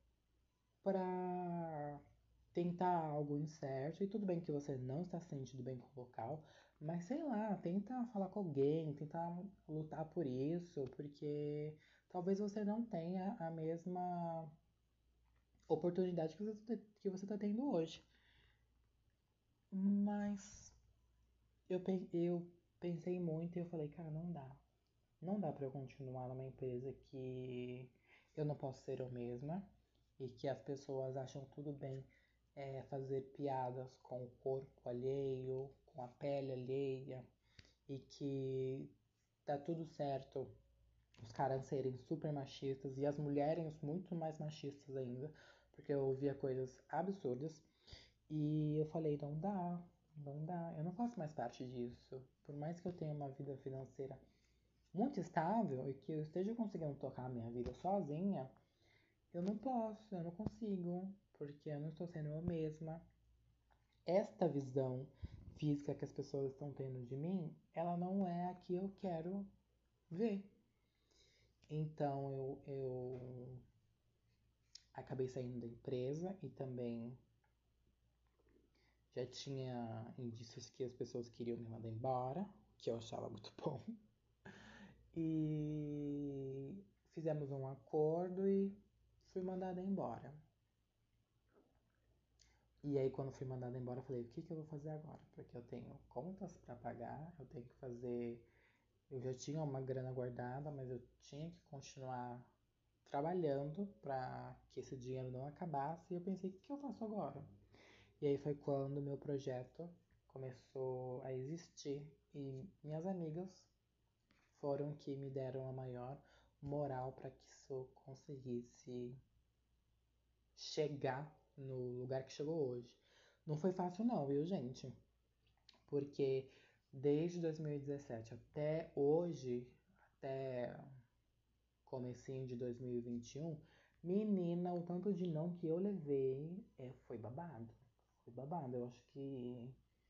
para tentar algo incerto. E tudo bem que você não está se sentindo bem com o local, mas sei lá, tenta falar com alguém, tentar lutar por isso, porque talvez você não tenha a mesma oportunidade que você que você está tendo hoje. Mas eu, pe- eu pensei muito e eu falei, cara, não dá. Não dá pra eu continuar numa empresa que eu não posso ser eu mesma e que as pessoas acham tudo bem é, fazer piadas com o corpo alheio, com a pele alheia e que tá tudo certo os caras serem super machistas e as mulheres muito mais machistas ainda, porque eu ouvia coisas absurdas. E eu falei, não dá, não dá, eu não faço mais parte disso. Por mais que eu tenha uma vida financeira muito estável e que eu esteja conseguindo tocar a minha vida sozinha, eu não posso, eu não consigo, porque eu não estou sendo eu mesma. Esta visão física que as pessoas estão tendo de mim, ela não é a que eu quero ver. Então eu, eu acabei saindo da empresa e também já tinha indícios que as pessoas queriam me mandar embora, que eu achava muito bom. E fizemos um acordo e fui mandada embora. E aí quando fui mandada embora, eu falei, o que que eu vou fazer agora? Porque eu tenho contas para pagar, eu tenho que fazer. Eu já tinha uma grana guardada, mas eu tinha que continuar trabalhando para que esse dinheiro não acabasse. E eu pensei, o que que eu faço agora? E aí foi quando meu projeto começou a existir e minhas amigas foram que me deram a maior moral para que isso conseguisse chegar no lugar que chegou hoje. Não foi fácil não, viu, gente? Porque desde dois mil e dezessete até hoje, até comecinho de dois mil e vinte e um, menina, o tanto de não que eu levei é, foi babado. Foi babado. Eu acho que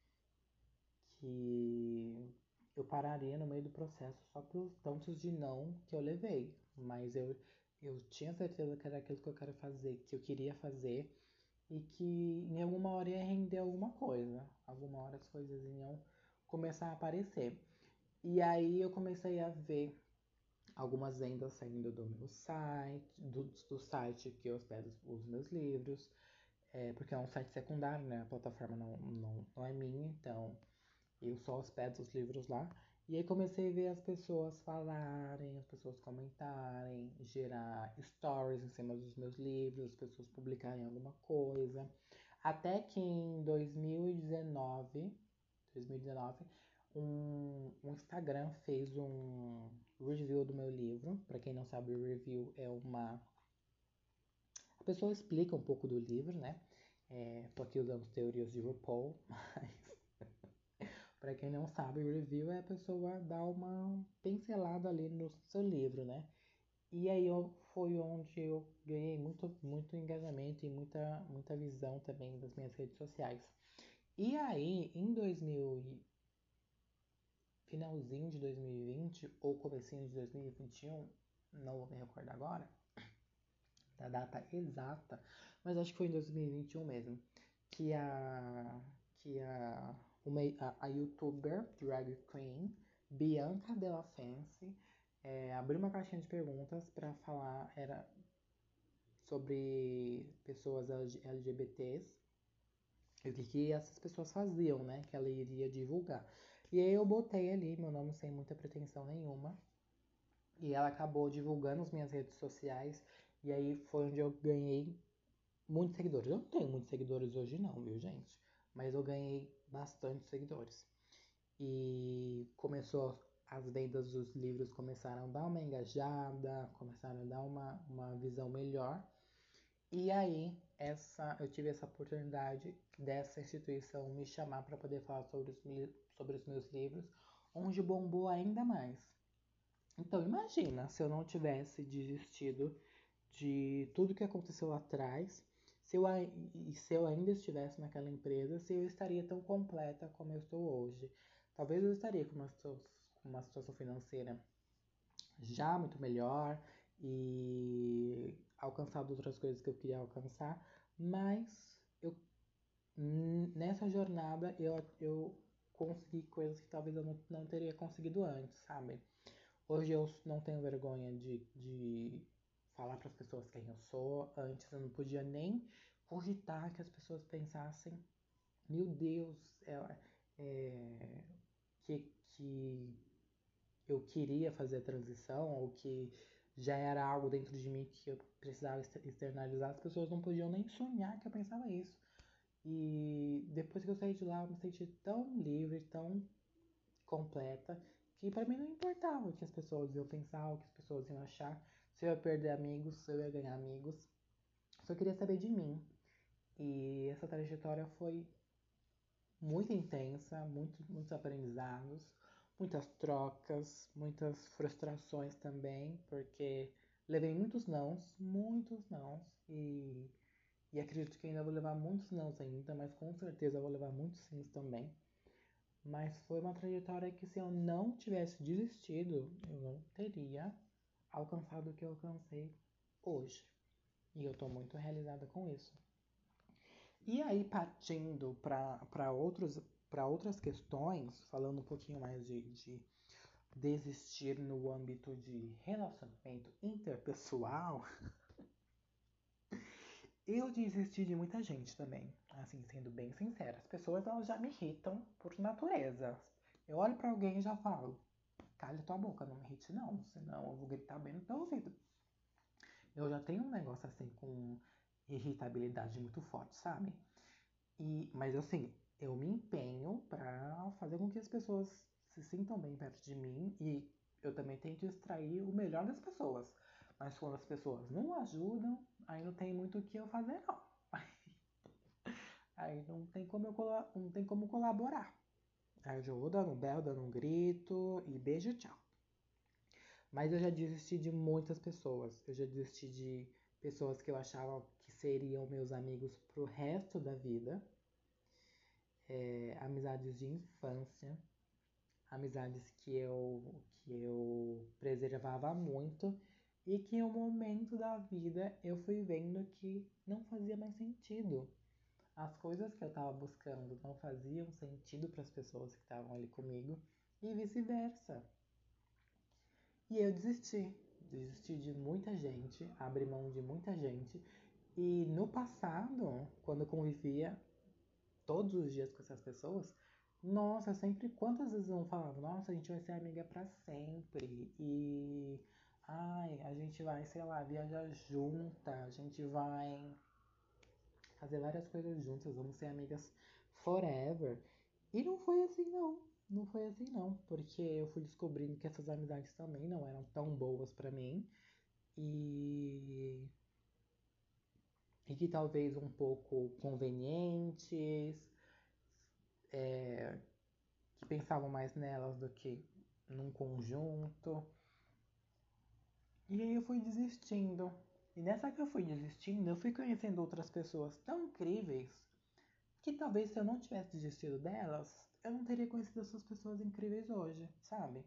que eu pararia no meio do processo só pelos tantos de não que eu levei. Mas eu, eu tinha certeza que era aquilo que eu quero fazer, que eu queria fazer e que em alguma hora ia render alguma coisa. Alguma hora as coisas iam começar a aparecer. E aí eu comecei a ver algumas vendas saindo do meu site, do, do site que eu hospedo os meus livros, é, porque é um site secundário, né? A plataforma não, não, não é minha, então eu só hospedo os livros lá. E aí comecei a ver as pessoas falarem, as pessoas comentarem, gerar stories em cima dos meus livros, as pessoas publicarem alguma coisa. Até que em dois mil e dezenove, dois mil e dezenove um, um Instagram fez um review do meu livro. Para quem não sabe, o review é uma... A pessoa explica um pouco do livro, né? É, tô aqui usando teorias de RuPaul, mas para quem não sabe, o review é a pessoa dar uma pincelada ali no seu livro, né? E aí eu, foi onde eu ganhei muito, muito engajamento e muita, muita visão também das minhas redes sociais. E aí, em dois mil, e- finalzinho de dois mil e vinte ou comecinho de dois mil e vinte e um, não vou me recordar agora da data exata, mas acho que foi em dois mil e vinte e um mesmo, que a que a uma, a, a youtuber drag queen Bianca Della Fancy é, abriu uma caixinha de perguntas para falar era sobre pessoas L G B T s e o que, que essas pessoas faziam, né? Que ela iria divulgar. E aí eu botei ali meu nome sem muita pretensão nenhuma. E ela acabou divulgando as minhas redes sociais. E aí foi onde eu ganhei muitos seguidores. Eu não tenho muitos seguidores hoje não, viu, gente? Mas eu ganhei bastante seguidores. E começou, as vendas dos livros começaram a dar uma engajada, começaram a dar uma, uma visão melhor. E aí, essa, eu tive essa oportunidade dessa instituição me chamar para poder falar sobre os, sobre os meus livros, onde bombou ainda mais. Então, imagina se eu não tivesse desistido de tudo que aconteceu lá atrás, se eu, e se eu ainda estivesse naquela empresa, se eu estaria tão completa como eu estou hoje. Talvez eu estaria com uma, com uma situação financeira já muito melhor e alcançado outras coisas que eu queria alcançar, mas eu nessa jornada eu, eu consegui coisas que talvez eu não, não teria conseguido antes, sabe? Hoje eu não tenho vergonha de, de falar para as pessoas quem eu sou. Antes eu não podia nem cogitar que as pessoas pensassem, meu Deus, é, é, que, que eu queria fazer a transição ou que já era algo dentro de mim que eu precisava externalizar. As pessoas não podiam nem sonhar que eu pensava isso. E depois que eu saí de lá, eu me senti tão livre, tão completa, que pra mim não importava o que as pessoas iam pensar, o que as pessoas iam achar, se eu ia perder amigos, se eu ia ganhar amigos. Só queria saber de mim. E essa trajetória foi muito intensa, muito, muitos aprendizados, muitas trocas, muitas frustrações também, porque levei muitos nãos, muitos nãos, e, e acredito que ainda vou levar muitos nãos ainda, mas com certeza vou levar muitos sims também. Mas foi uma trajetória que, se eu não tivesse desistido, eu não teria alcançado o que eu alcancei hoje. E eu tô muito realizada com isso. E aí, partindo para outros para outras questões, falando um pouquinho mais de, de desistir no âmbito de relacionamento interpessoal, eu desisti de muita gente também. Assim, sendo bem sincera, as pessoas elas já me irritam por natureza. Eu olho pra alguém e já falo: cala tua boca, não me irrite não, senão eu vou gritar bem no teu ouvido. Eu já tenho um negócio assim com irritabilidade muito forte, sabe? E, mas assim, eu me empenho pra fazer com que as pessoas se sintam bem perto de mim e eu também tento extrair o melhor das pessoas. Mas quando as pessoas não ajudam, aí não tem muito o que eu fazer, não. Aí não tem como eu cola- não tem como colaborar. Ajuda, no berro, dando um grito e beijo, tchau. Mas eu já desisti de muitas pessoas. Eu já desisti de pessoas que eu achava que seriam meus amigos pro resto da vida. É, amizades de infância, amizades que eu, que eu preservava muito e que em um momento da vida eu fui vendo que não fazia mais sentido. As coisas que eu estava buscando não faziam sentido para as pessoas que estavam ali comigo e vice-versa. E eu desisti. Desisti de muita gente, abri mão de muita gente. E no passado, quando eu convivia todos os dias com essas pessoas, nossa, sempre, quantas vezes eu não falava, nossa, a gente vai ser amiga pra sempre. E, ai, a gente vai, sei lá, viajar junta, a gente vai fazer várias coisas juntas, vamos ser amigas forever. E não foi assim não, não foi assim não, porque eu fui descobrindo que essas amizades também não eram tão boas pra mim e, e que talvez um pouco convenientes, é, que pensavam mais nelas do que num conjunto. E aí eu fui desistindo. E nessa que eu fui desistindo, eu fui conhecendo outras pessoas tão incríveis que talvez se eu não tivesse desistido delas, eu não teria conhecido essas pessoas incríveis hoje, sabe?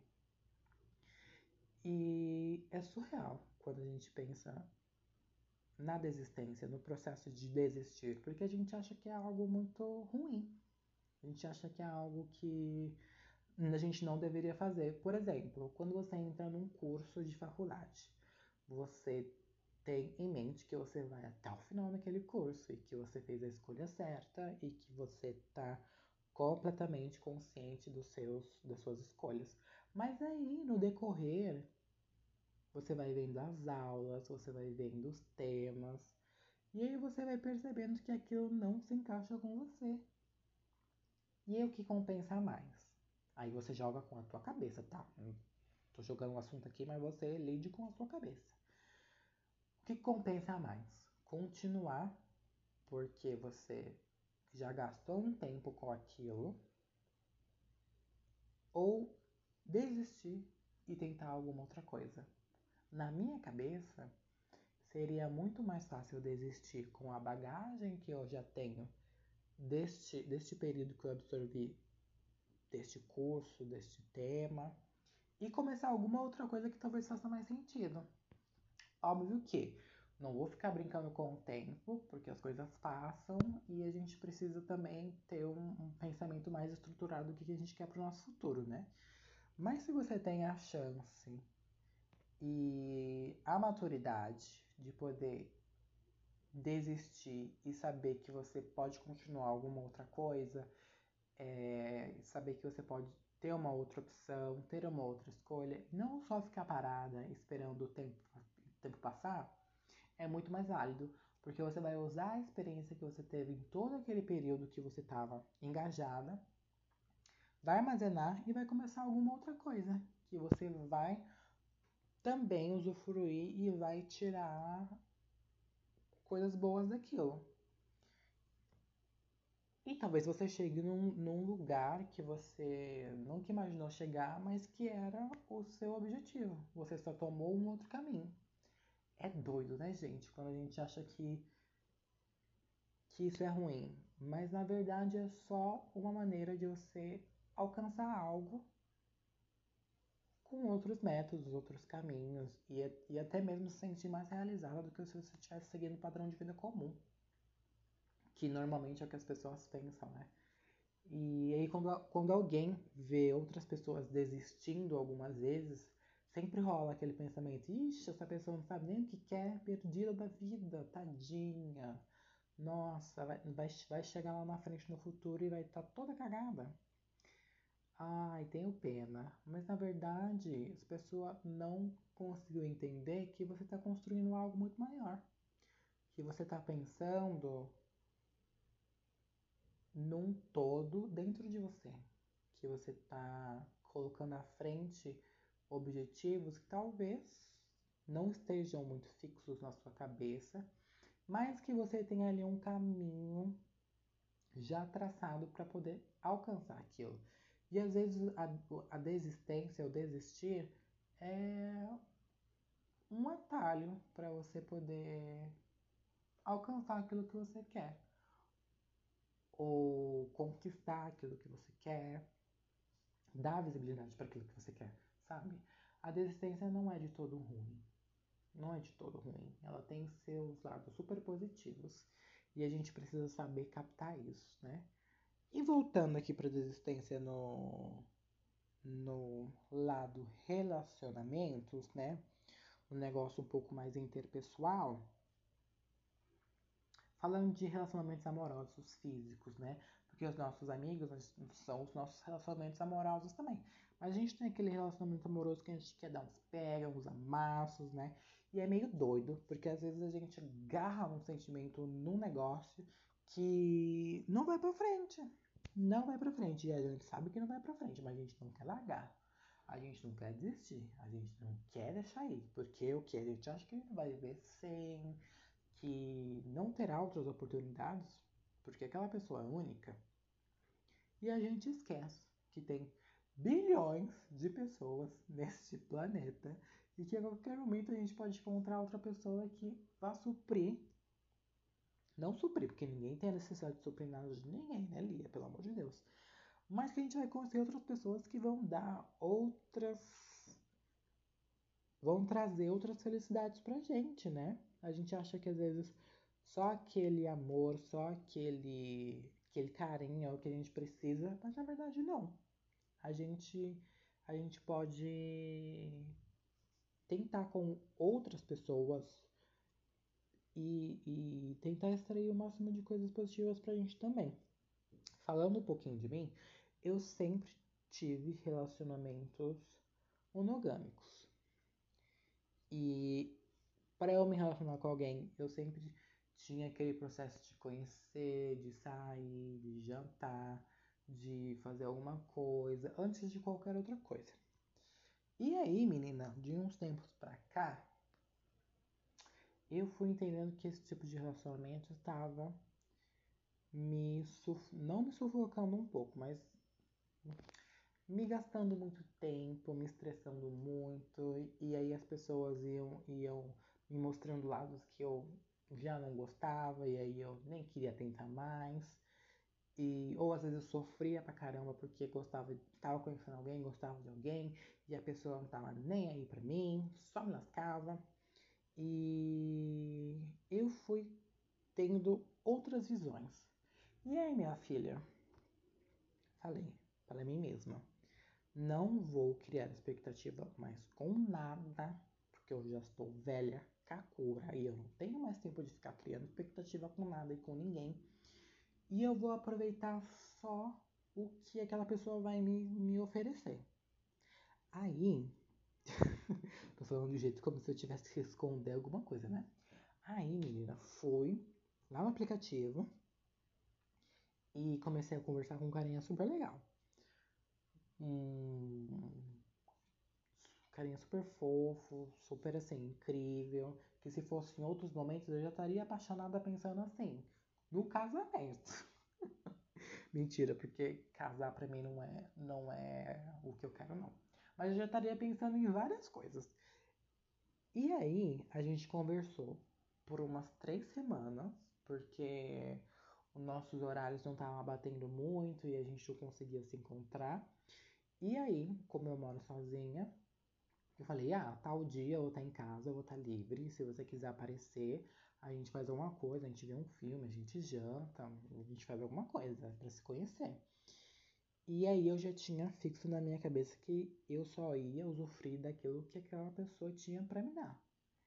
E é surreal quando a gente pensa na desistência, no processo de desistir, porque a gente acha que é algo muito ruim. A gente acha que é algo que a gente não deveria fazer. Por exemplo, quando você entra num curso de faculdade, você tem em mente que você vai até o final daquele curso e que você fez a escolha certa e que você está completamente consciente dos seus, das suas escolhas. Mas aí, no decorrer, você vai vendo as aulas, você vai vendo os temas, e aí você vai percebendo que aquilo não se encaixa com você. E aí o que compensa mais? Aí você joga com a tua cabeça, tá? Tô jogando um assunto aqui, mas você lide com a sua cabeça. O que compensa mais? Continuar porque você já gastou um tempo com aquilo ou desistir e tentar alguma outra coisa? Na minha cabeça, seria muito mais fácil desistir com a bagagem que eu já tenho deste, deste período que eu absorvi, deste curso, deste tema, e começar alguma outra coisa que talvez faça mais sentido. Óbvio que não vou ficar brincando com o tempo, porque as coisas passam e a gente precisa também ter um, um pensamento mais estruturado do que a gente quer para o nosso futuro, né? Mas se você tem a chance e a maturidade de poder desistir e saber que você pode continuar alguma outra coisa, é, saber que você pode ter uma outra opção, ter uma outra escolha, não só ficar parada esperando o tempo, o tempo passar, é muito mais válido, porque você vai usar a experiência que você teve em todo aquele período que você estava engajada vai armazenar e vai começar alguma outra coisa que você vai também usufruir e vai tirar coisas boas daquilo. E talvez você chegue num, num lugar que você nunca imaginou chegar, mas que era o seu objetivo. Você só tomou um outro caminho. É doido, né, gente? Quando a gente acha que, que isso é ruim. Mas na verdade é só uma maneira de você alcançar algo com outros métodos, outros caminhos. E, e até mesmo se sentir mais realizada do que se você estivesse seguindo um padrão de vida comum. Que normalmente é o que as pessoas pensam, né? E aí quando, quando alguém vê outras pessoas desistindo algumas vezes, sempre rola aquele pensamento, ixi, essa pessoa não sabe nem o que quer, perdida da vida, tadinha. Nossa, vai, vai, vai chegar lá na frente no futuro e vai estar tá toda cagada. Ai, tenho pena. Mas na verdade, as pessoas não conseguiu entender que você está construindo algo muito maior. Que você está pensando num todo dentro de você. Que você está colocando à frente objetivos que talvez não estejam muito fixos na sua cabeça, mas que você tem ali um caminho já traçado para poder alcançar aquilo. E às vezes a, a desistência, o desistir, é um atalho para você poder alcançar aquilo que você quer, ou conquistar aquilo que você quer, dar visibilidade para aquilo que você quer, sabe? A desistência não é de todo ruim. Não é de todo ruim. Ela tem seus lados super positivos. E a gente precisa saber captar isso, né? E voltando aqui para desistência no, no lado relacionamentos, né? Um negócio um pouco mais interpessoal. Falando de relacionamentos amorosos físicos, né? Porque os nossos amigos são os nossos relacionamentos amorosos também. Mas a gente tem aquele relacionamento amoroso que a gente quer dar uns pega, uns amassos, né? E é meio doido, porque às vezes a gente agarra um sentimento num negócio que não vai pra frente. Não vai pra frente. E a gente sabe que não vai pra frente, mas a gente não quer largar. A gente não quer desistir. A gente não quer deixar ir. Porque o que? A gente acha que a gente vai viver sem, que não terá outras oportunidades, porque aquela pessoa é única, e a gente esquece que tem bilhões de pessoas neste planeta e que a qualquer momento a gente pode encontrar outra pessoa que vá suprir, não suprir, porque ninguém tem a necessidade de suprir nada de ninguém, né, Lia? Pelo amor de Deus. Mas que a gente vai conhecer outras pessoas que vão dar outras, vão trazer outras felicidades pra gente, né? A gente acha que às vezes só aquele amor, só aquele, aquele carinho é o que a gente precisa, mas na verdade não. A gente, a gente pode tentar com outras pessoas e, e tentar extrair o máximo de coisas positivas pra gente também. Falando um pouquinho de mim, eu sempre tive relacionamentos monogâmicos. E para eu me relacionar com alguém, eu sempre tinha aquele processo de conhecer, de sair, de jantar, de fazer alguma coisa, antes de qualquer outra coisa. E aí, menina, de uns tempos pra cá, eu fui entendendo que esse tipo de relacionamento estava me suf... não me sufocando um pouco, mas me gastando muito tempo, me estressando muito, e aí as pessoas iam, iam me mostrando lados que eu já não gostava, e aí eu nem queria tentar mais. E, ou às vezes eu sofria pra caramba porque gostava, tava conhecendo alguém, gostava de alguém, e a pessoa não tava nem aí pra mim, só me lascava. E eu fui tendo outras visões. E aí, minha filha, falei para mim mesma. Não vou criar expectativa mais com nada, porque eu já estou velha, cacura, e eu não tenho mais tempo de ficar criando expectativa com nada e com ninguém. E eu vou aproveitar só o que aquela pessoa vai me, me oferecer. Aí, tô falando do jeito como se eu tivesse que esconder alguma coisa, né? Aí, menina, fui lá no aplicativo e comecei a conversar com um carinha super legal. um carinha super fofo, super assim, incrível. Que se fosse em outros momentos eu já estaria apaixonada pensando assim, no casamento. Mentira, porque casar pra mim não é, não é o que eu quero, não. Mas eu já estaria pensando em várias coisas. E aí, a gente conversou por umas três semanas, porque os nossos horários não estavam batendo muito e a gente não conseguia se encontrar. E aí, como eu moro sozinha, eu falei, ah, tal dia eu vou estar em casa, eu vou estar livre. Se você quiser aparecer, a gente faz alguma coisa, a gente vê um filme, a gente janta, a gente faz alguma coisa pra se conhecer. E aí eu já tinha fixo na minha cabeça que eu só ia usufruir daquilo que aquela pessoa tinha pra me dar.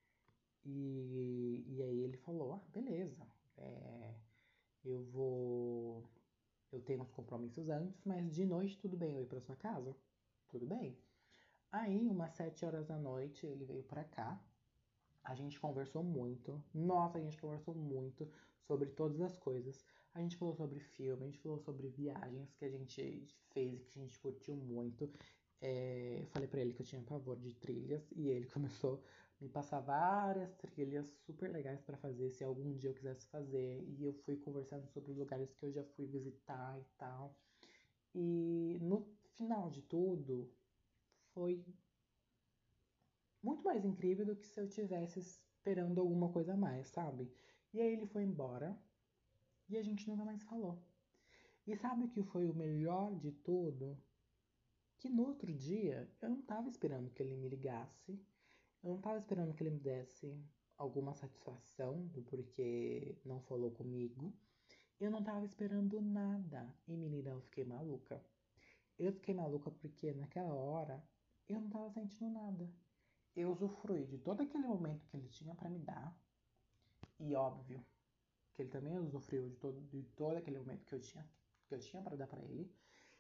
E, e aí ele falou, ah, beleza, é, eu vou. Eu tenho uns compromissos antes, mas de noite tudo bem eu ir pra sua casa? Tudo bem. Aí, umas sete horas da noite, ele veio pra cá. A gente conversou muito. Nossa, a gente conversou muito sobre todas as coisas. A gente falou sobre filme, a gente falou sobre viagens que a gente fez e que a gente curtiu muito. É, eu falei pra ele que eu tinha pavor de trilhas e ele começou a me passar várias trilhas super legais pra fazer se algum dia eu quisesse fazer. E eu fui conversando sobre os lugares que eu já fui visitar e tal. E no final de tudo, foi muito mais incrível do que se eu tivesse esperando alguma coisa a mais, sabe? E aí ele foi embora e a gente nunca mais falou. E sabe o que foi o melhor de tudo? Que no outro dia eu não tava esperando que ele me ligasse, eu não tava esperando que ele me desse alguma satisfação do porquê não falou comigo. Eu não tava esperando nada. E menina, eu fiquei maluca. Eu fiquei maluca porque naquela hora eu não tava sentindo nada. Eu usufruí de todo aquele momento que ele tinha pra me dar. E óbvio que ele também usufruiu de todo, de todo aquele momento que eu tinha, que eu tinha para dar pra ele.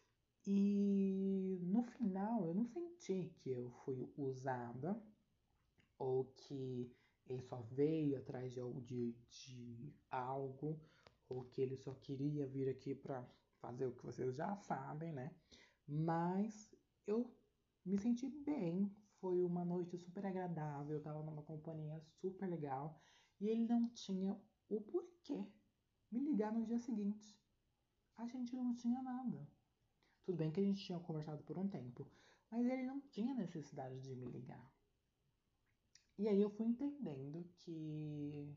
E no final eu não senti que eu fui usada ou que ele só veio atrás de, de, de algo ou que ele só queria vir aqui pra fazer o que vocês já sabem, né? Mas eu me senti bem. Foi uma noite super agradável. Eu tava numa companhia super legal. E ele não tinha o porquê me ligar no dia seguinte. A gente não tinha nada. Tudo bem que a gente tinha conversado por um tempo. Mas ele não tinha necessidade de me ligar. E aí eu fui entendendo que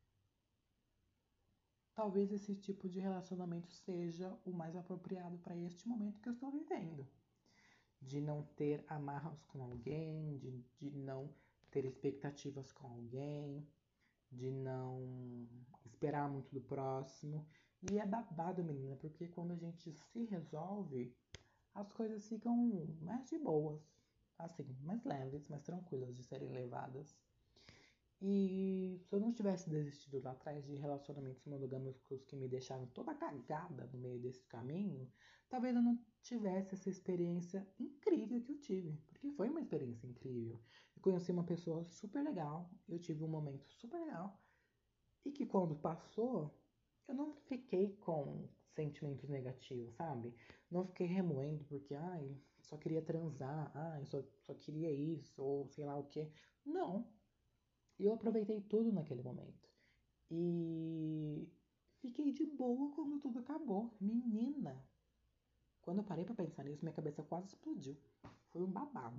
talvez esse tipo de relacionamento seja o mais apropriado para este momento que eu estou vivendo. De não ter amarras com alguém, de, de não ter expectativas com alguém, de não esperar muito do próximo. E é babado, menina, porque quando a gente se resolve, as coisas ficam mais de boas, assim, mais leves, mais tranquilas de serem levadas. E se eu não tivesse desistido lá atrás de relacionamentos monogâmicos que me deixaram toda cagada no meio desse caminho, talvez eu não tivesse essa experiência incrível que eu tive. Porque foi uma experiência incrível. Eu conheci uma pessoa super legal, eu tive um momento super legal. E que quando passou, eu não fiquei com sentimentos negativos, sabe? Não fiquei remoendo porque, ai, só queria transar, ai, só, só queria isso, ou sei lá o que. Não. Eu aproveitei tudo naquele momento. E fiquei de boa quando tudo acabou. Menina, quando eu parei pra pensar nisso, minha cabeça quase explodiu. Foi um babado.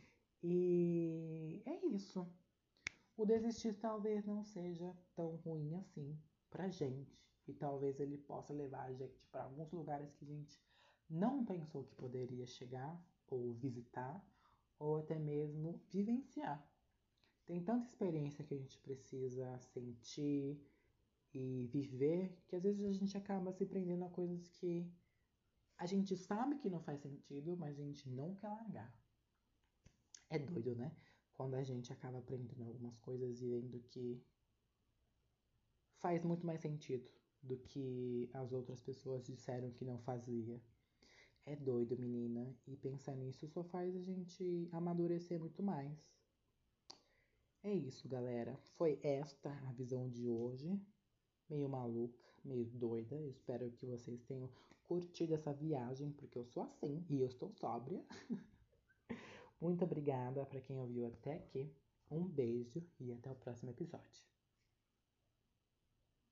E é isso. O desistir talvez não seja tão ruim assim pra gente. E talvez ele possa levar a gente para alguns lugares que a gente não pensou que poderia chegar, ou visitar, ou até mesmo vivenciar. Tem tanta experiência que a gente precisa sentir e viver que às vezes a gente acaba se prendendo a coisas que a gente sabe que não faz sentido, mas a gente não quer largar. É doido, né? Quando a gente acaba aprendendo algumas coisas e vendo que faz muito mais sentido do que as outras pessoas disseram que não fazia. É doido, menina. E pensar nisso só faz a gente amadurecer muito mais. É isso, galera. Foi esta a visão de hoje. meio maluca, meio doida. Eu espero que vocês tenham curtido essa viagem, porque eu sou assim e eu estou sóbria. Muito obrigada para quem ouviu até aqui. Um beijo e até o próximo episódio.